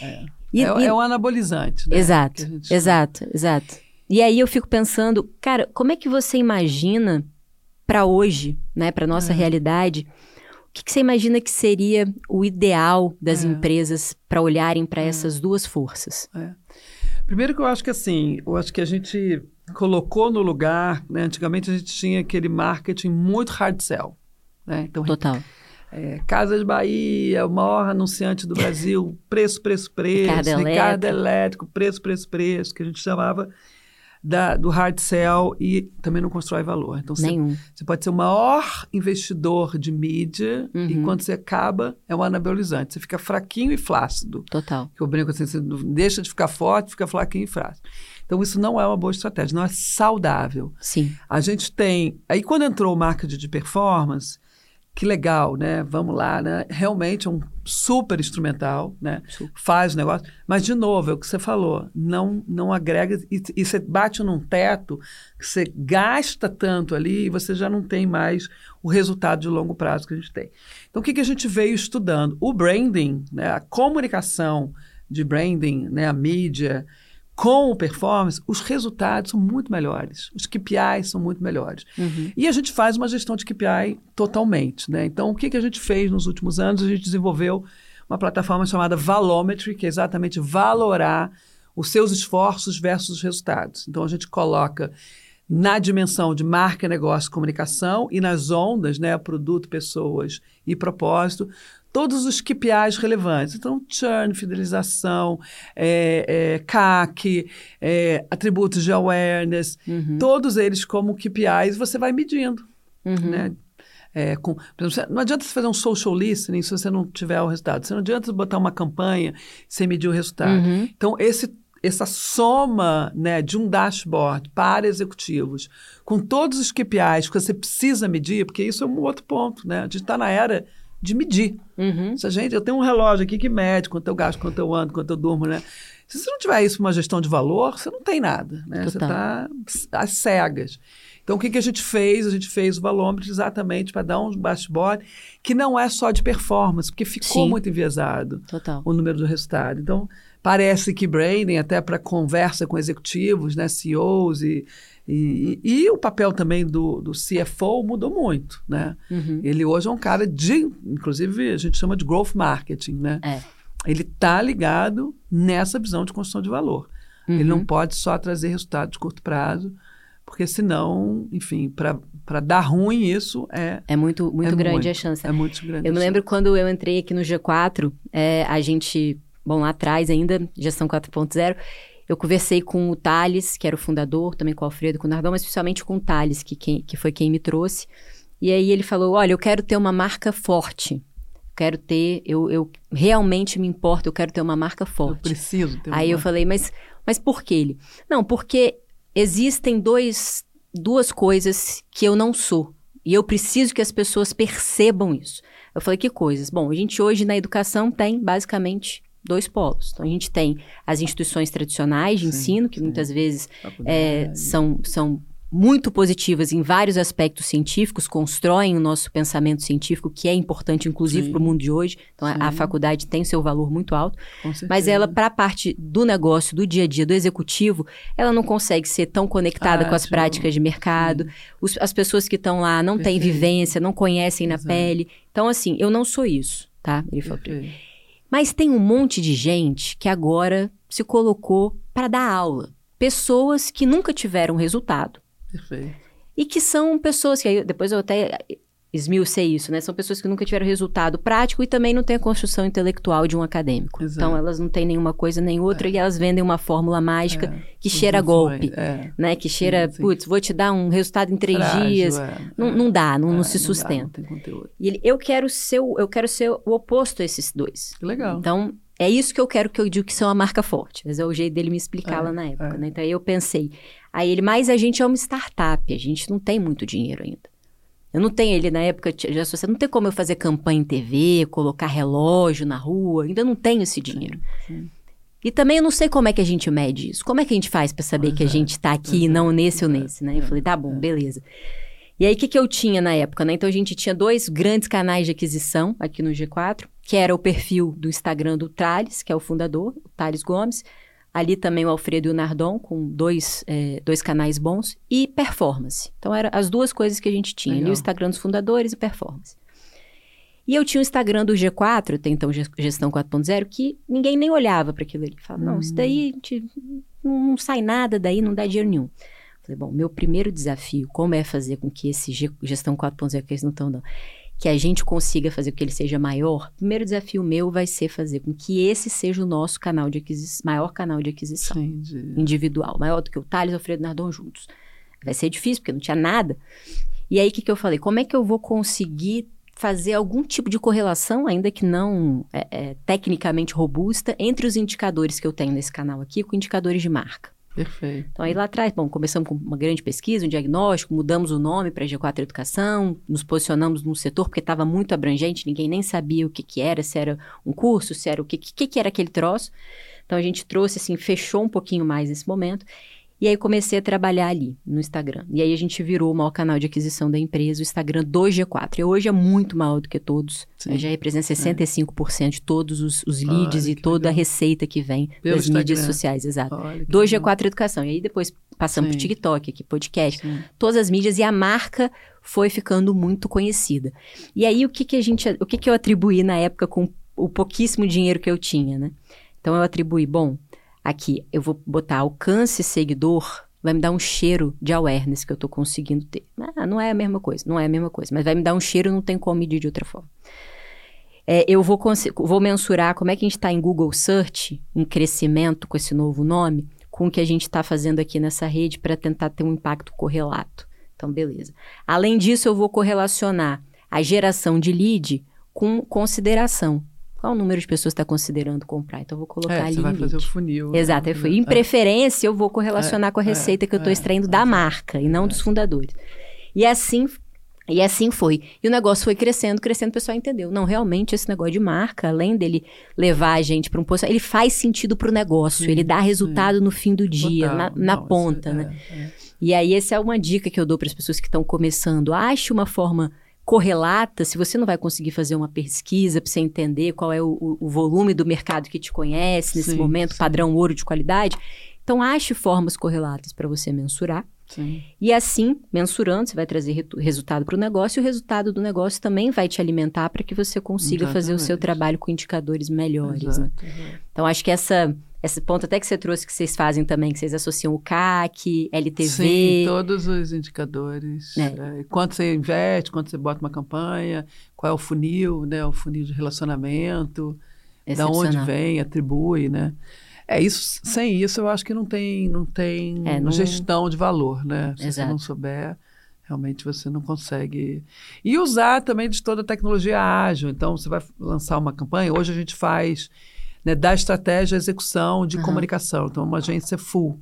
É um anabolizante, né? Exato. E aí eu fico pensando, cara, como é que você imagina para hoje, né, para nossa realidade, o que você imagina que seria o ideal das empresas para olharem para essas 2 forças? Primeiro que eu acho que a gente colocou no lugar, né, antigamente a gente tinha aquele marketing muito hard sell, né? Então, total. Casas Bahia, o maior anunciante do Brasil, preço, Ricardo Elétrico, preço, que a gente chamava do hard sell e também não constrói valor. Então, você pode ser o maior investidor de mídia e quando você acaba, é um anabolizante. Você fica fraquinho e flácido. Total. Que eu brinco assim, você deixa de ficar forte, fica fraquinho e flácido. Então, isso não é uma boa estratégia, não é saudável. Sim. A gente tem... Aí, quando entrou o marketing de performance... Que legal, né? Vamos lá, né? Realmente é um super instrumental, né? Faz o negócio. Mas, de novo, é o que você falou. Não agrega... E você bate num teto que você gasta tanto ali e você já não tem mais o resultado de longo prazo que a gente tem. Então, o que a gente veio estudando? O branding, né? A comunicação de branding, né? A mídia... Com o performance, os resultados são muito melhores. Os KPIs são muito melhores. E a gente faz uma gestão de KPI totalmente, né? Então, o que a gente fez nos últimos anos? A gente desenvolveu uma plataforma chamada Valometry, que é exatamente valorar os seus esforços versus os resultados. Então, a gente coloca na dimensão de marca, negócio, comunicação e nas ondas, né? Produto, pessoas e propósito, todos os KPIs relevantes. Então, churn, fidelização, CAC, atributos de awareness, todos eles como KPIs você vai medindo. Né? Por exemplo, não adianta você fazer um social listening se você não tiver o resultado. Não adianta botar uma campanha sem medir o resultado. Então, essa soma, né, de um dashboard para executivos, com todos os KPIs que você precisa medir, porque isso é um outro ponto. Né? A gente está na era de medir. Eu tenho um relógio aqui que mede quanto eu gasto, quanto eu ando, quanto eu durmo, né? Se você não tiver isso uma gestão de valor, você não tem nada, né? Você está às cegas. Então, o que a gente fez? A gente fez o valômetro exatamente para dar um dashboard que não é só de performance, porque ficou muito enviesado o número do resultado. Então, parece que branding, até para conversa com executivos, né, CEOs e o papel também do CFO mudou muito, né? Ele hoje é um cara inclusive, a gente chama de growth marketing, né? Ele está ligado nessa visão de construção de valor. Ele não pode só trazer resultado de curto prazo, porque senão, enfim, para dar ruim isso é muito grande a chance. É muito grande. Eu me lembro quando eu entrei aqui no G4, a gente, lá atrás ainda, gestão 4.0, eu conversei com o Thales, que era o fundador, também com o Alfredo, com o Nardon, mas especialmente com o Thales, que foi quem me trouxe. E aí ele falou, olha, eu quero ter uma marca forte. Eu realmente me importo, eu quero ter uma marca forte. Eu preciso ter uma Aí eu falei, mas por que ele? Não, porque existem duas coisas que eu não sou. E eu preciso que as pessoas percebam isso. Eu falei, que coisas? Bom, a gente hoje na educação tem basicamente 2 polos. Então, a gente tem as instituições tradicionais de ensino, que muitas vezes são muito positivas em vários aspectos científicos, constroem o nosso pensamento científico, que é importante, inclusive, para o mundo de hoje. Então, a faculdade tem seu valor muito alto. Mas ela, para a parte do negócio, do dia a dia, do executivo, ela não consegue ser tão conectada com as práticas de mercado. As pessoas que estão lá não têm vivência, não conhecem na pele. Então, assim, eu não sou isso, tá? Ele falou pra mim. Mas tem um monte de gente que agora se colocou para dar aula. Pessoas que nunca tiveram resultado. Perfeito. E que são pessoas que, depois eu até esmiucei isso, né? São pessoas que nunca tiveram resultado prático e também não têm a construção intelectual de um acadêmico. Exato. Então, elas não têm nenhuma coisa nem outra e elas vendem uma fórmula mágica que cheira golpe, né? Que cheira, putz, vou te dar um resultado em 3 dias. Não dá, não se sustenta. Não tem conteúdo. E eu quero ser o oposto a esses 2. Que legal. Então, é isso que eu quero que eu digo que são uma marca forte. Mas é o jeito dele me explicar lá na época, né? Então, aí eu pensei... Aí ele, mas a gente é uma startup, a gente não tem muito dinheiro ainda. Eu não tenho, ele na época, já associado, não tem como eu fazer campanha em TV, colocar relógio na rua, ainda não tenho esse dinheiro. Sim. E também eu não sei como é que a gente mede isso. Como é que a gente faz para saber que a gente está aqui e não nesse ou nesse, né? Eu falei, tá bom, beleza. E aí, o que eu tinha na época, né? Então, a gente tinha 2 grandes canais de aquisição aqui no G4, que era o perfil do Instagram do Thales, que é o fundador, o Thales Gomes. Ali também o Alfredo e o Nardon, com 2 canais bons, e performance. Então, eram as 2 coisas que a gente tinha. Ali o Instagram dos fundadores e performance. E eu tinha o Instagram do G4, tem então Gestão 4.0, que ninguém nem olhava para aquilo ali. Falava, não, isso daí não sai nada daí, não dá dinheiro nenhum. Falei, bom, meu primeiro desafio, como é fazer com que esse Gestão 4.0, que eles não estão dando, que a gente consiga fazer com que ele seja maior, o primeiro desafio meu vai ser fazer com que esse seja o nosso canal de aquisição, maior canal de aquisição individual, maior do que o Thales e o Alfredo Nardon juntos. Vai ser difícil, porque não tinha nada. E aí, o que eu falei? Como é que eu vou conseguir fazer algum tipo de correlação, ainda que não tecnicamente robusta, entre os indicadores que eu tenho nesse canal aqui com indicadores de marca? Perfeito. Então, aí lá atrás, começamos com uma grande pesquisa, um diagnóstico, mudamos o nome para G4 Educação, nos posicionamos num setor, porque estava muito abrangente, ninguém nem sabia o que era, se era um curso, se era o que era aquele troço. Então, a gente trouxe, assim, fechou um pouquinho mais nesse momento. E aí, comecei a trabalhar ali, no Instagram. E aí, a gente virou o maior canal de aquisição da empresa, o Instagram do G4. E hoje é muito maior do que todos. Já representa 65% de todos os leads e toda a receita que vem das Instagram. Mídias sociais, exato. Do G4 Educação. E aí, depois, passamos pro TikTok, aqui, podcast. Todas as mídias. E a marca foi ficando muito conhecida. E aí, o que eu atribuí na época com o pouquíssimo dinheiro que eu tinha, né? Então, eu atribuí, aqui, eu vou botar alcance seguidor, vai me dar um cheiro de awareness que eu tô conseguindo ter. Não é a mesma coisa, mas vai me dar um cheiro, não tem como medir de outra forma. Eu vou mensurar como é que a gente está em Google Search, em crescimento com esse novo nome, com o que a gente está fazendo aqui nessa rede para tentar ter um impacto correlato. Então, beleza. Além disso, eu vou correlacionar a geração de lead com consideração. Qual o número de pessoas está considerando comprar? Então, eu vou colocar ali. Você vai fazer o funil. Exato. Em preferência, eu vou correlacionar com a receita que eu estou extraindo da marca e não dos fundadores. E assim foi. E o negócio foi crescendo, o pessoal entendeu. Não, realmente, esse negócio de marca, além dele levar a gente para um posto, ele faz sentido para o negócio. Ele dá resultado no fim do dia, na ponta, né? E aí, essa é uma dica que eu dou para as pessoas que estão começando. Ache uma forma correlata, se você não vai conseguir fazer uma pesquisa para você entender qual é o volume do mercado que te conhece nesse momento, padrão ouro de qualidade. Então, ache formas correlatas para você mensurar. Sim. E assim, mensurando, você vai trazer resultado para o negócio, e o resultado do negócio também vai te alimentar para que você consiga fazer o seu trabalho com indicadores melhores. Né? Então, acho que esse ponto até que você trouxe, que vocês fazem também, que vocês associam o CAC, LTV... Sim, todos os indicadores. Quanto você investe, quanto você bota uma campanha, qual é o funil, né? O funil de relacionamento, da onde vem, atribui, né? Isso, sem isso eu acho que não tem gestão de valor, né? Se você não souber, realmente você não consegue. E usar também de toda a tecnologia ágil. Então, você vai lançar uma campanha, hoje a gente faz, né, da estratégia à execução de comunicação. Então, uma agência full.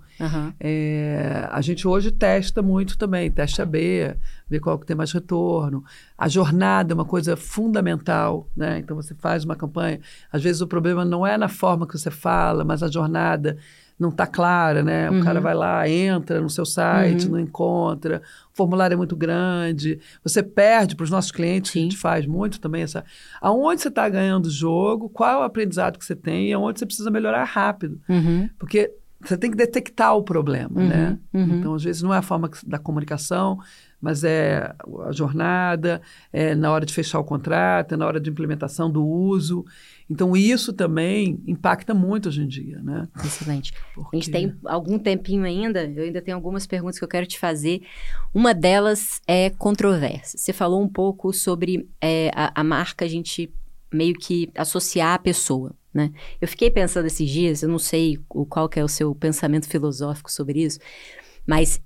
A gente hoje testa muito também, testa AB, ver qual que tem mais retorno. A jornada é uma coisa fundamental, né? Então, você faz uma campanha, às vezes o problema não é na forma que você fala, mas a jornada não está clara, né? O cara vai lá, entra no seu site, não encontra, o formulário é muito grande, você perde para os nossos clientes, que a gente faz muito também aonde você está ganhando o jogo, qual é o aprendizado que você tem e aonde você precisa melhorar rápido. Porque você tem que detectar o problema, né? Então, às vezes, não é a forma da comunicação, mas é a jornada, é na hora de fechar o contrato, é na hora de implementação do uso. Então, isso também impacta muito hoje em dia, né? Excelente. A gente tem algum tempinho ainda, eu ainda tenho algumas perguntas que eu quero te fazer. Uma delas é controversa. Você falou um pouco sobre a marca, a gente meio que associar a pessoa, né? Eu fiquei pensando esses dias, eu não sei qual que é o seu pensamento filosófico sobre isso, mas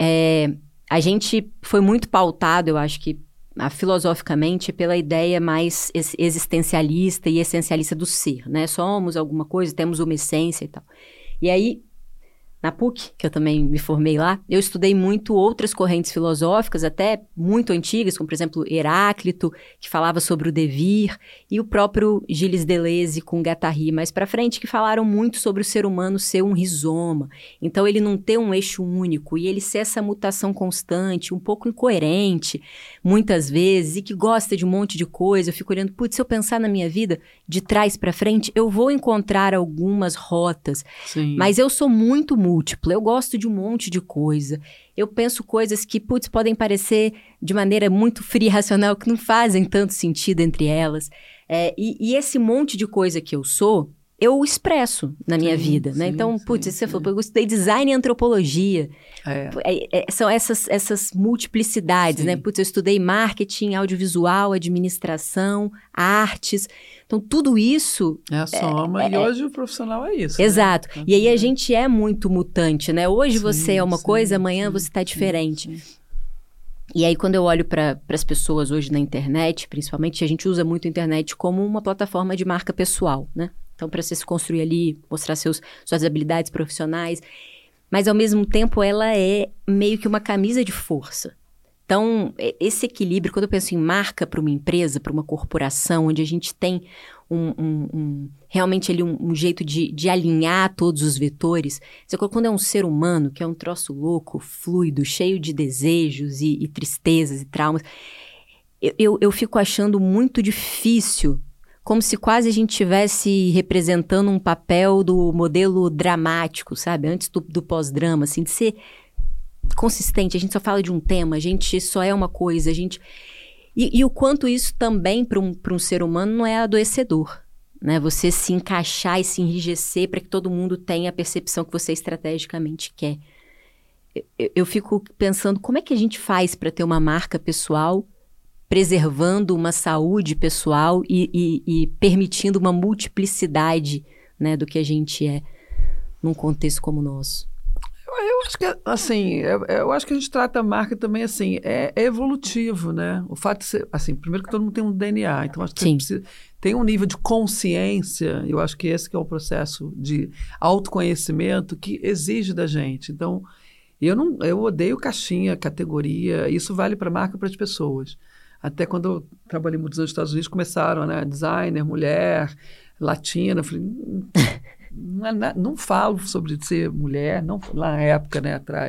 a gente foi muito pautado, eu acho que filosoficamente, pela ideia mais existencialista e essencialista do ser, né? Somos alguma coisa, temos uma essência e tal. E aí, na PUC, que eu também me formei lá, eu estudei muito outras correntes filosóficas, até muito antigas, como, por exemplo, Heráclito, que falava sobre o devir, e o próprio Gilles Deleuze com Guattari, mais para frente, que falaram muito sobre o ser humano ser um rizoma. Então, ele não ter um eixo único, e ele ser essa mutação constante, um pouco incoerente, muitas vezes, e que gosta de um monte de coisa. Eu fico olhando, putz, se eu pensar na minha vida de trás para frente, eu vou encontrar algumas rotas. Sim. Mas eu sou muito múltipla, eu gosto de um monte de coisa. Eu penso coisas que, putz, podem parecer de maneira muito fria e racional, que não fazem tanto sentido entre elas. E esse monte de coisa que eu sou, eu expresso na minha vida, né? Então, putz, você falou, eu estudei design e antropologia. São essas multiplicidades, né? Putz, eu estudei marketing, audiovisual, administração, artes. Então, tudo isso... É a soma, e hoje o profissional é isso. Exato. Né? E aí a gente é muito mutante, né? Hoje você é uma coisa, amanhã você está diferente. E aí, quando eu olho para as pessoas hoje na internet, principalmente, a gente usa muito a internet como uma plataforma de marca pessoal, né? Então, para você se construir ali, mostrar suas habilidades profissionais. Mas, ao mesmo tempo, ela é meio que uma camisa de força. Então, esse equilíbrio, quando eu penso em marca para uma empresa, para uma corporação, onde a gente tem realmente ali um jeito de alinhar todos os vetores, quando é um ser humano, que é um troço louco, fluido, cheio de desejos e tristezas e traumas, eu fico achando muito difícil, como se quase a gente estivesse representando um papel do modelo dramático, sabe? Antes do pós-drama, assim, de ser consistente. A gente só fala de um tema, a gente só é uma coisa, a gente... E o quanto isso também para um ser humano não é adoecedor, né? Você se encaixar e se enrijecer para que todo mundo tenha a percepção que você estrategicamente quer. Eu fico pensando, como é que a gente faz para ter uma marca pessoal preservando uma saúde pessoal e permitindo uma multiplicidade, né, do que a gente é num contexto como o nosso? Eu acho que, assim, eu acho que a gente trata a marca também, assim, é evolutivo, né? O fato de ser, assim, primeiro que todo mundo tem um DNA, então acho que você tem um nível de consciência, eu acho que esse que é o processo de autoconhecimento que exige da gente. Então, eu odeio caixinha, categoria, isso vale para a marca e para as pessoas. Até quando eu trabalhei muitos anos nos Estados Unidos, começaram, né? Designer, mulher, latina, eu falei... Não falo sobre ser mulher, não, lá na época, né, atrás,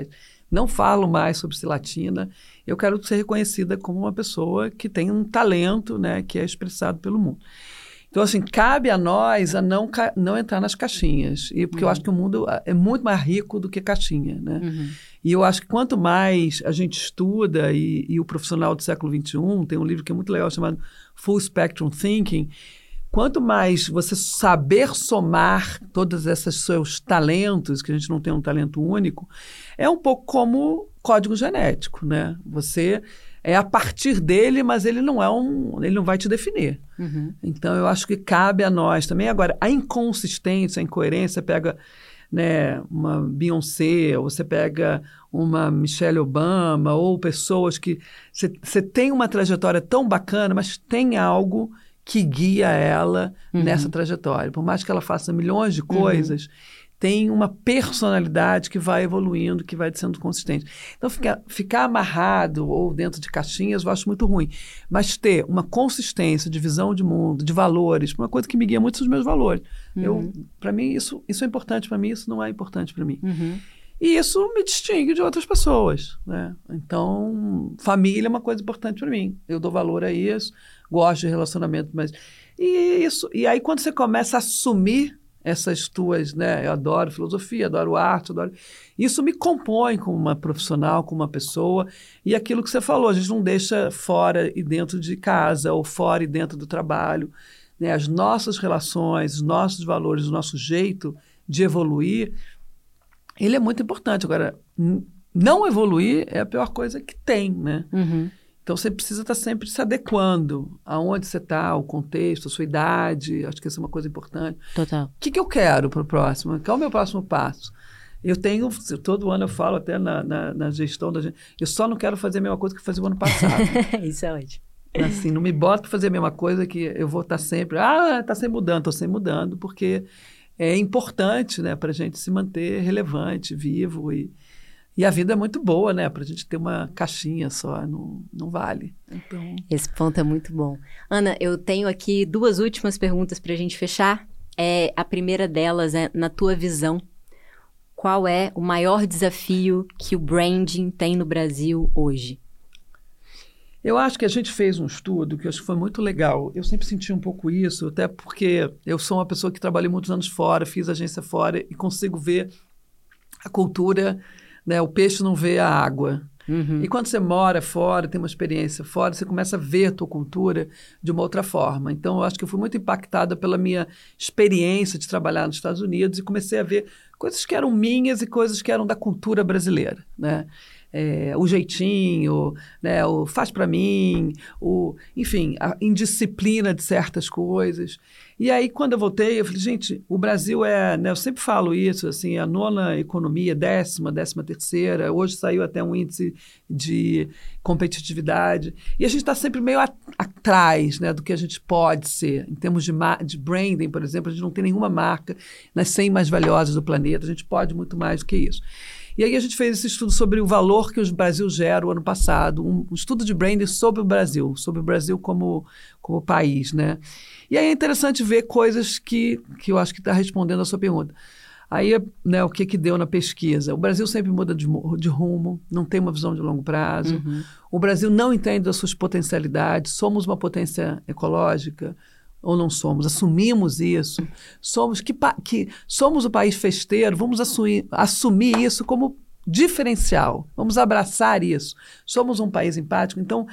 não falo mais sobre Cilatina, eu quero ser reconhecida como uma pessoa que tem um talento, né, que é expressado pelo mundo. Então, assim, cabe a nós a não entrar nas caixinhas, porque eu acho que o mundo é muito mais rico do que caixinha, né? E eu acho que quanto mais a gente estuda, e o profissional do século XXI, tem um livro que é muito legal chamado Full Spectrum Thinking, quanto mais você saber somar todos esses seus talentos, que a gente não tem um talento único, é um pouco como código genético, né? Você é a partir dele, mas ele não vai te definir. Então, eu acho que cabe a nós também. Agora, a inconsistência, a incoerência, você pega, né, uma Beyoncé, ou você pega uma Michelle Obama, ou pessoas que... Você tem uma trajetória tão bacana, mas tem algo que guia ela nessa trajetória. Por mais que ela faça milhões de coisas, tem uma personalidade que vai evoluindo, que vai sendo consistente. Então, ficar amarrado ou dentro de caixinhas eu acho muito ruim. Mas ter uma consistência de visão de mundo, de valores, uma coisa que me guia muito são os meus valores. Para mim, isso é importante para mim, isso não é importante para mim. E isso me distingue de outras pessoas, né? Então, família é uma coisa importante para mim. Eu dou valor a isso, gosto de relacionamento, mas... E aí, quando você começa a assumir essas tuas, né? Eu adoro filosofia, adoro arte, isso me compõe como uma profissional, como uma pessoa. E aquilo que você falou, a gente não deixa fora e dentro de casa, ou fora e dentro do trabalho, né? As nossas relações, os nossos valores, o nosso jeito de evoluir, ele é muito importante. Agora, não evoluir é a pior coisa que tem, né? Então, você precisa estar sempre se adequando aonde você está, o contexto, a sua idade. Acho que isso é uma coisa importante. Total. O que eu quero para o próximo? Qual é o meu próximo passo? Todo ano eu falo até na gestão da gente, eu só não quero fazer a mesma coisa que eu fazia o ano passado. Isso é ótimo. Assim, não me bota para fazer a mesma coisa que eu vou estar sempre... está sempre mudando. Estou sempre mudando, porque é importante, né, para a gente se manter relevante, vivo e a vida é muito boa, né? Para a gente ter uma caixinha só, não vale. Então... Esse ponto é muito bom. Ana, eu tenho aqui 2 últimas perguntas para a gente fechar. A primeira delas é, na tua visão, qual é o maior desafio que o branding tem no Brasil hoje? Eu acho que a gente fez um estudo que eu acho que foi muito legal. Eu sempre senti um pouco isso, até porque eu sou uma pessoa que trabalhei muitos anos fora, fiz agência fora e consigo ver a cultura... Né? O peixe não vê a água. E quando você mora fora, tem uma experiência fora, você começa a ver a tua cultura de uma outra forma. Então, eu acho que eu fui muito impactada pela minha experiência de trabalhar nos Estados Unidos e comecei a ver coisas que eram minhas e coisas que eram da cultura brasileira, né? O jeitinho, né? O faz para mim, enfim, a indisciplina de certas coisas. E aí, quando eu voltei, eu falei, gente, o Brasil né, eu sempre falo isso, assim, a 9ª economia, 13ª, hoje saiu até um índice de competitividade, e a gente está sempre meio atrás, né, do que a gente pode ser. Em termos de branding, por exemplo, a gente não tem nenhuma marca nas 100 mais valiosas do planeta, a gente pode muito mais do que isso. E aí a gente fez esse estudo sobre o valor que o Brasil gera o ano passado, um estudo de branding sobre o Brasil como país, né? E aí é interessante ver coisas que eu acho que está respondendo a sua pergunta. Aí, né, o que deu na pesquisa? O Brasil sempre muda de rumo, não tem uma visão de longo prazo. O Brasil não entende as suas potencialidades. Somos uma potência ecológica ou não somos? Assumimos isso. Somos o país festeiro, vamos assumir isso como diferencial. Vamos abraçar isso. Somos um país empático. Então,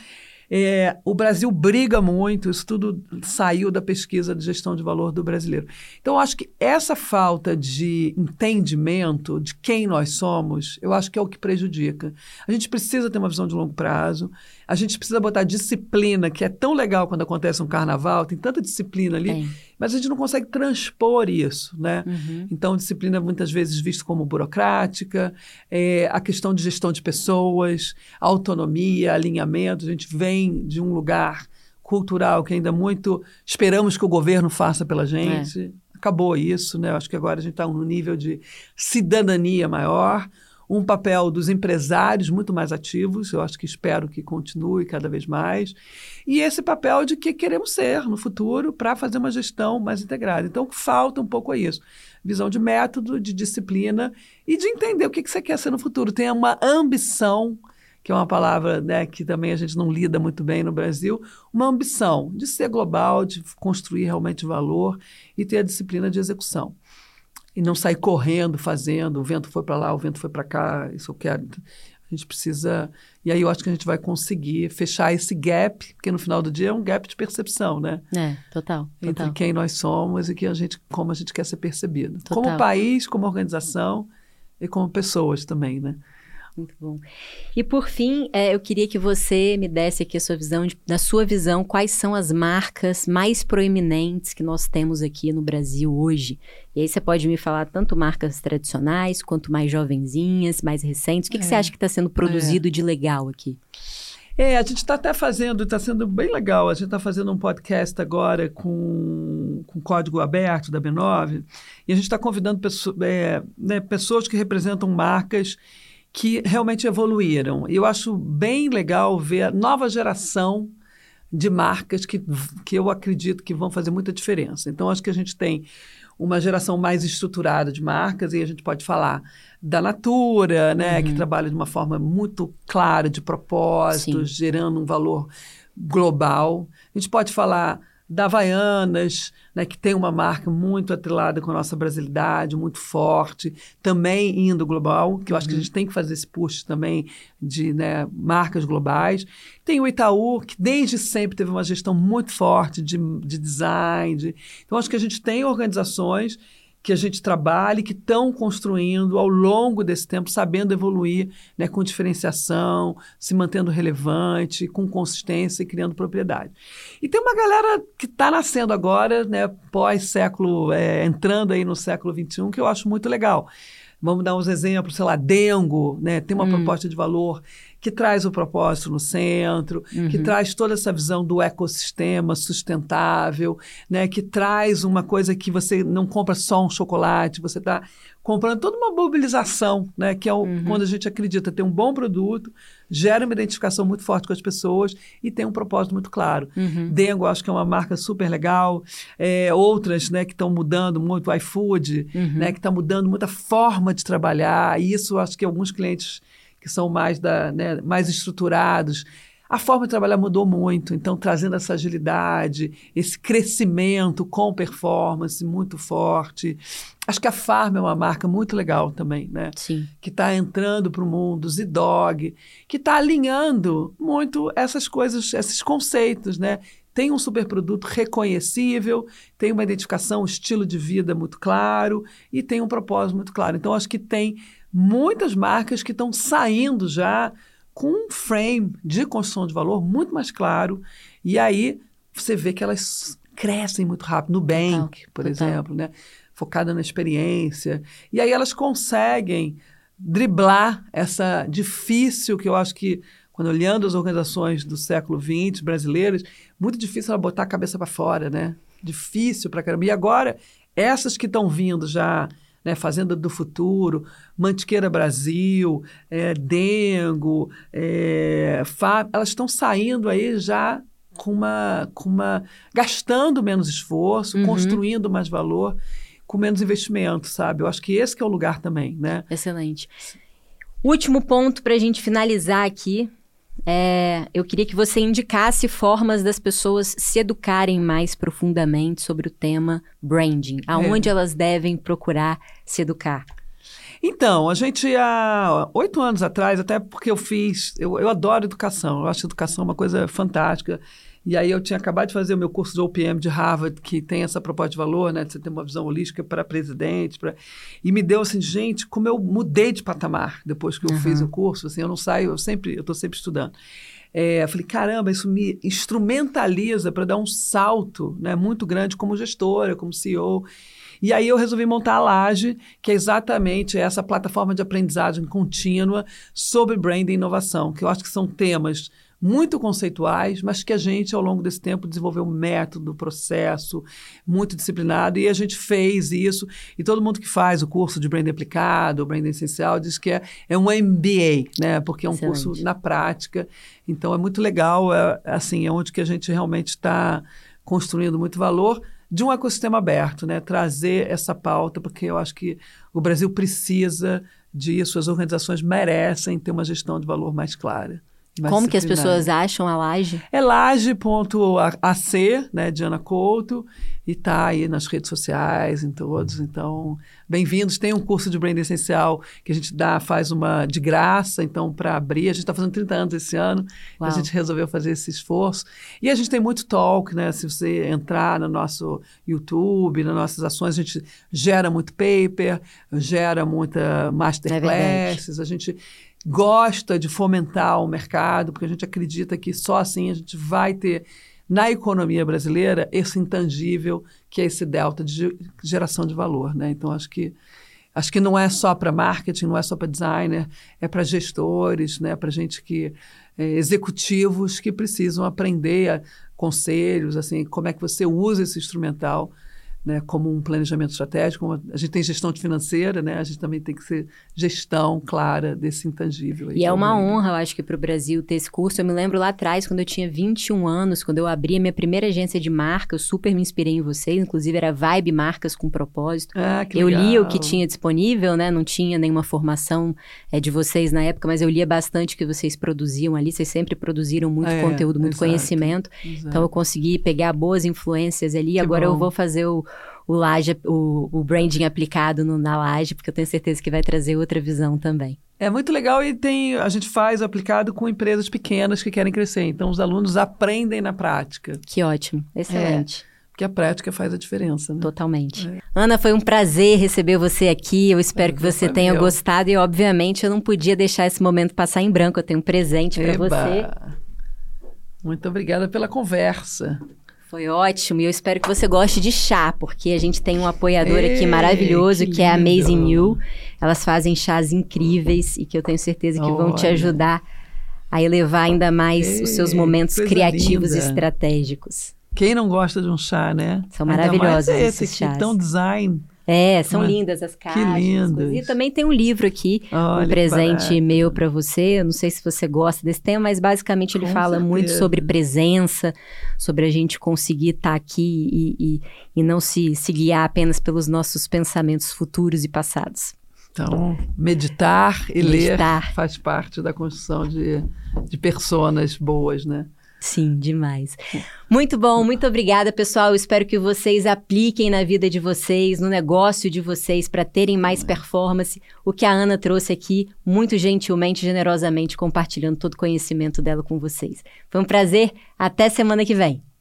o Brasil briga muito, isso tudo saiu da pesquisa de gestão de valor do brasileiro. Então, eu acho que essa falta de entendimento de quem nós somos, eu acho que é o que prejudica. A gente precisa ter uma visão de longo prazo, a gente precisa botar disciplina, que é tão legal quando acontece um carnaval, tem tanta disciplina ali, mas a gente não consegue transpor isso, né? Então, disciplina muitas vezes vista como burocrática, a questão de gestão de pessoas, autonomia, alinhamento, a gente vem de um lugar cultural que ainda muito esperamos que o governo faça pela gente. Acabou isso, né? Acho que agora a gente está num nível de cidadania maior. um papel dos empresários muito mais ativos, eu acho que espero que continue cada vez mais, e esse papel de que queremos ser no futuro para fazer uma gestão mais integrada. Então, o que falta um pouco é isso, visão de método, de disciplina e de entender o que você quer ser no futuro. Tem uma ambição, que é uma palavra, né, que também a gente não lida muito bem no Brasil, uma ambição de ser global, de construir realmente valor e ter a disciplina de execução. E não sair correndo, fazendo, o vento foi para lá, o vento foi para cá, isso eu quero. A gente precisa... E aí eu acho que a gente vai conseguir fechar esse gap, porque no final do dia é um gap de percepção, né? Total. Entre quem nós somos e como a gente quer ser percebido. Total. Como país, como organização e como pessoas também, né? Muito bom. E por fim, eu queria que você me desse aqui a sua visão, na sua visão, quais são as marcas mais proeminentes que nós temos aqui no Brasil hoje? E aí você pode me falar tanto marcas tradicionais, quanto mais jovenzinhas, mais recentes. O que você acha que está sendo produzido de legal aqui? A gente está até fazendo, está sendo bem legal, a gente está fazendo um podcast agora com código aberto da B9, e a gente está convidando pessoas que representam marcas que realmente evoluíram. E eu acho bem legal ver a nova geração de marcas que eu acredito que vão fazer muita diferença. Então, acho que a gente tem uma geração mais estruturada de marcas, e a gente pode falar da Natura, né, que trabalha de uma forma muito clara de propósitos, gerando um valor global. A gente pode falar da Havaianas, né, que tem uma marca muito atrelada com a nossa brasilidade, muito forte, também indo global, que eu acho que a gente tem que fazer esse push também de, né, marcas globais. Tem o Itaú, que desde sempre teve uma gestão muito forte de design. Então, acho que a gente tem organizações que a gente trabalha e que estão construindo ao longo desse tempo, sabendo evoluir, né, com diferenciação, se mantendo relevante, com consistência e criando propriedade. E tem uma galera que está nascendo agora, né, pós-século, entrando aí no século XXI, que eu acho muito legal. Vamos dar uns exemplos, sei lá, Dengo, né, tem uma proposta de valor que traz o propósito no centro, que traz toda essa visão do ecossistema sustentável, né, que traz uma coisa que você não compra só um chocolate, você está comprando toda uma mobilização, né, que é quando a gente acredita ter um bom produto, gera uma identificação muito forte com as pessoas e tem um propósito muito claro. Dengo, acho que é uma marca super legal. Outras, né, que estão mudando muito, o iFood, né, que está mudando muito a forma de trabalhar, e isso acho que alguns clientes que são mais, mais estruturados, a forma de trabalhar mudou muito, então trazendo essa agilidade, esse crescimento com performance muito forte. Acho que a Farm é uma marca muito legal também, né? Sim. Que está entrando para o mundo, Zidog, que está alinhando muito essas coisas, esses conceitos, né? Tem um superproduto reconhecível, tem uma identificação, um estilo de vida muito claro e tem um propósito muito claro. Então, acho que tem muitas marcas que estão saindo já com um frame de construção de valor muito mais claro, e aí você vê que elas crescem muito rápido. Nubank, por exemplo, né? Focada na experiência. E aí elas conseguem driblar essa difícil, que eu acho que, quando olhando as organizações do século XX brasileiras, muito difícil ela botar a cabeça para fora, né? Difícil para caramba. E agora, essas que estão vindo já, né, Fazenda do Futuro, Mantiqueira Brasil, Dengo, elas estão saindo aí já gastando menos esforço, construindo mais valor, com menos investimento, sabe? Eu acho que esse que é o lugar também, né? Excelente. Último ponto para a gente finalizar aqui. Eu queria que você indicasse formas das pessoas se educarem mais profundamente sobre o tema branding. Aonde elas devem procurar se educar? Então, a gente há 8 anos atrás, até porque eu adoro educação, eu acho educação uma coisa fantástica. E aí eu tinha acabado de fazer o meu curso de OPM de Harvard, que tem essa proposta de valor, né, de você ter uma visão holística para presidente, e me deu assim, gente, como eu mudei de patamar depois que eu fiz o curso, assim, eu não saio, eu estou sempre estudando. Eu falei, caramba, isso me instrumentaliza para dar um salto, né, muito grande como gestora, como CEO. E aí eu resolvi montar a Laje, que é exatamente essa plataforma de aprendizagem contínua sobre branding e inovação, que eu acho que são temas muito conceituais, mas que a gente, ao longo desse tempo, desenvolveu um método, processo muito disciplinado, e a gente fez isso. E todo mundo que faz o curso de Branding Aplicado, o Branding Essencial, diz que é um MBA, né? Porque é um curso na prática. Então, é muito legal, é onde que a gente realmente está construindo muito valor de um ecossistema aberto, né? Trazer essa pauta, porque eu acho que o Brasil precisa disso, as organizações merecem ter uma gestão de valor mais clara. Como que as pessoas acham a Laje? É laje.ac, né, Diana Couto, e está aí nas redes sociais, em todos. Então, bem-vindos. Tem um curso de Branding Essencial que a gente faz uma de graça, então, para abrir. A gente está fazendo 30 anos esse ano, a gente resolveu fazer esse esforço. E a gente tem muito talk, né? Se você entrar no nosso YouTube, nas nossas ações, a gente gera muito paper, gera muita masterclasses, a gente gosta de fomentar o mercado, porque a gente acredita que só assim a gente vai ter na economia brasileira esse intangível que é esse delta de geração de valor, né? Então, acho que não é só para marketing, não é só para designer, é para gestores, né? Para gente executivos que precisam aprender conselhos, assim, como é que você usa esse instrumental, né, como um planejamento estratégico. Como a gente tem gestão financeira, né, a gente também tem que ser gestão clara desse intangível. E é uma honra, eu acho, que para o Brasil ter esse curso. Eu me lembro lá atrás, quando eu tinha 21 anos, quando eu abri a minha primeira agência de marca, eu super me inspirei em vocês, inclusive era Vibe Marcas com Propósito. Que eu legal. lia o que tinha disponível, né, não tinha nenhuma formação de vocês na época, mas eu lia bastante o que vocês produziam ali, vocês sempre produziram muito conteúdo, muito conhecimento. Exato. Então eu consegui pegar boas influências ali, e agora eu vou fazer o branding aplicado na Laje, porque eu tenho certeza que vai trazer outra visão também. É muito legal, e a gente faz aplicado com empresas pequenas que querem crescer. Então, os alunos aprendem na prática. Que ótimo, excelente. Porque a prática faz a diferença, né? Totalmente. Ana, foi um prazer receber você aqui. Eu espero que você tenha gostado. E, obviamente, eu não podia deixar esse momento passar em branco. Eu tenho um presente para você. Muito obrigada pela conversa. Foi ótimo, e eu espero que você goste de chá, porque a gente tem um apoiador aqui maravilhoso, que é a Amazing You. Elas fazem chás incríveis e que eu tenho certeza que vão te ajudar a elevar ainda mais os seus momentos criativos e estratégicos. Quem não gosta de um chá, né? São maravilhosos esses chás. Tão design. São lindas as caixas. Que lindas. E também tem um livro aqui, um presente meu para você. Eu não sei se você gosta desse tema, mas basicamente ele fala muito sobre presença, sobre a gente conseguir estar aqui e não se guiar apenas pelos nossos pensamentos futuros e passados. Então, meditar e ler faz parte da construção de personas boas, né? Sim, demais. Muito bom, muito obrigada, pessoal. Eu espero que vocês apliquem na vida de vocês, no negócio de vocês, para terem mais performance. O que a Ana trouxe aqui, muito gentilmente, generosamente, compartilhando todo o conhecimento dela com vocês. Foi um prazer. Até semana que vem.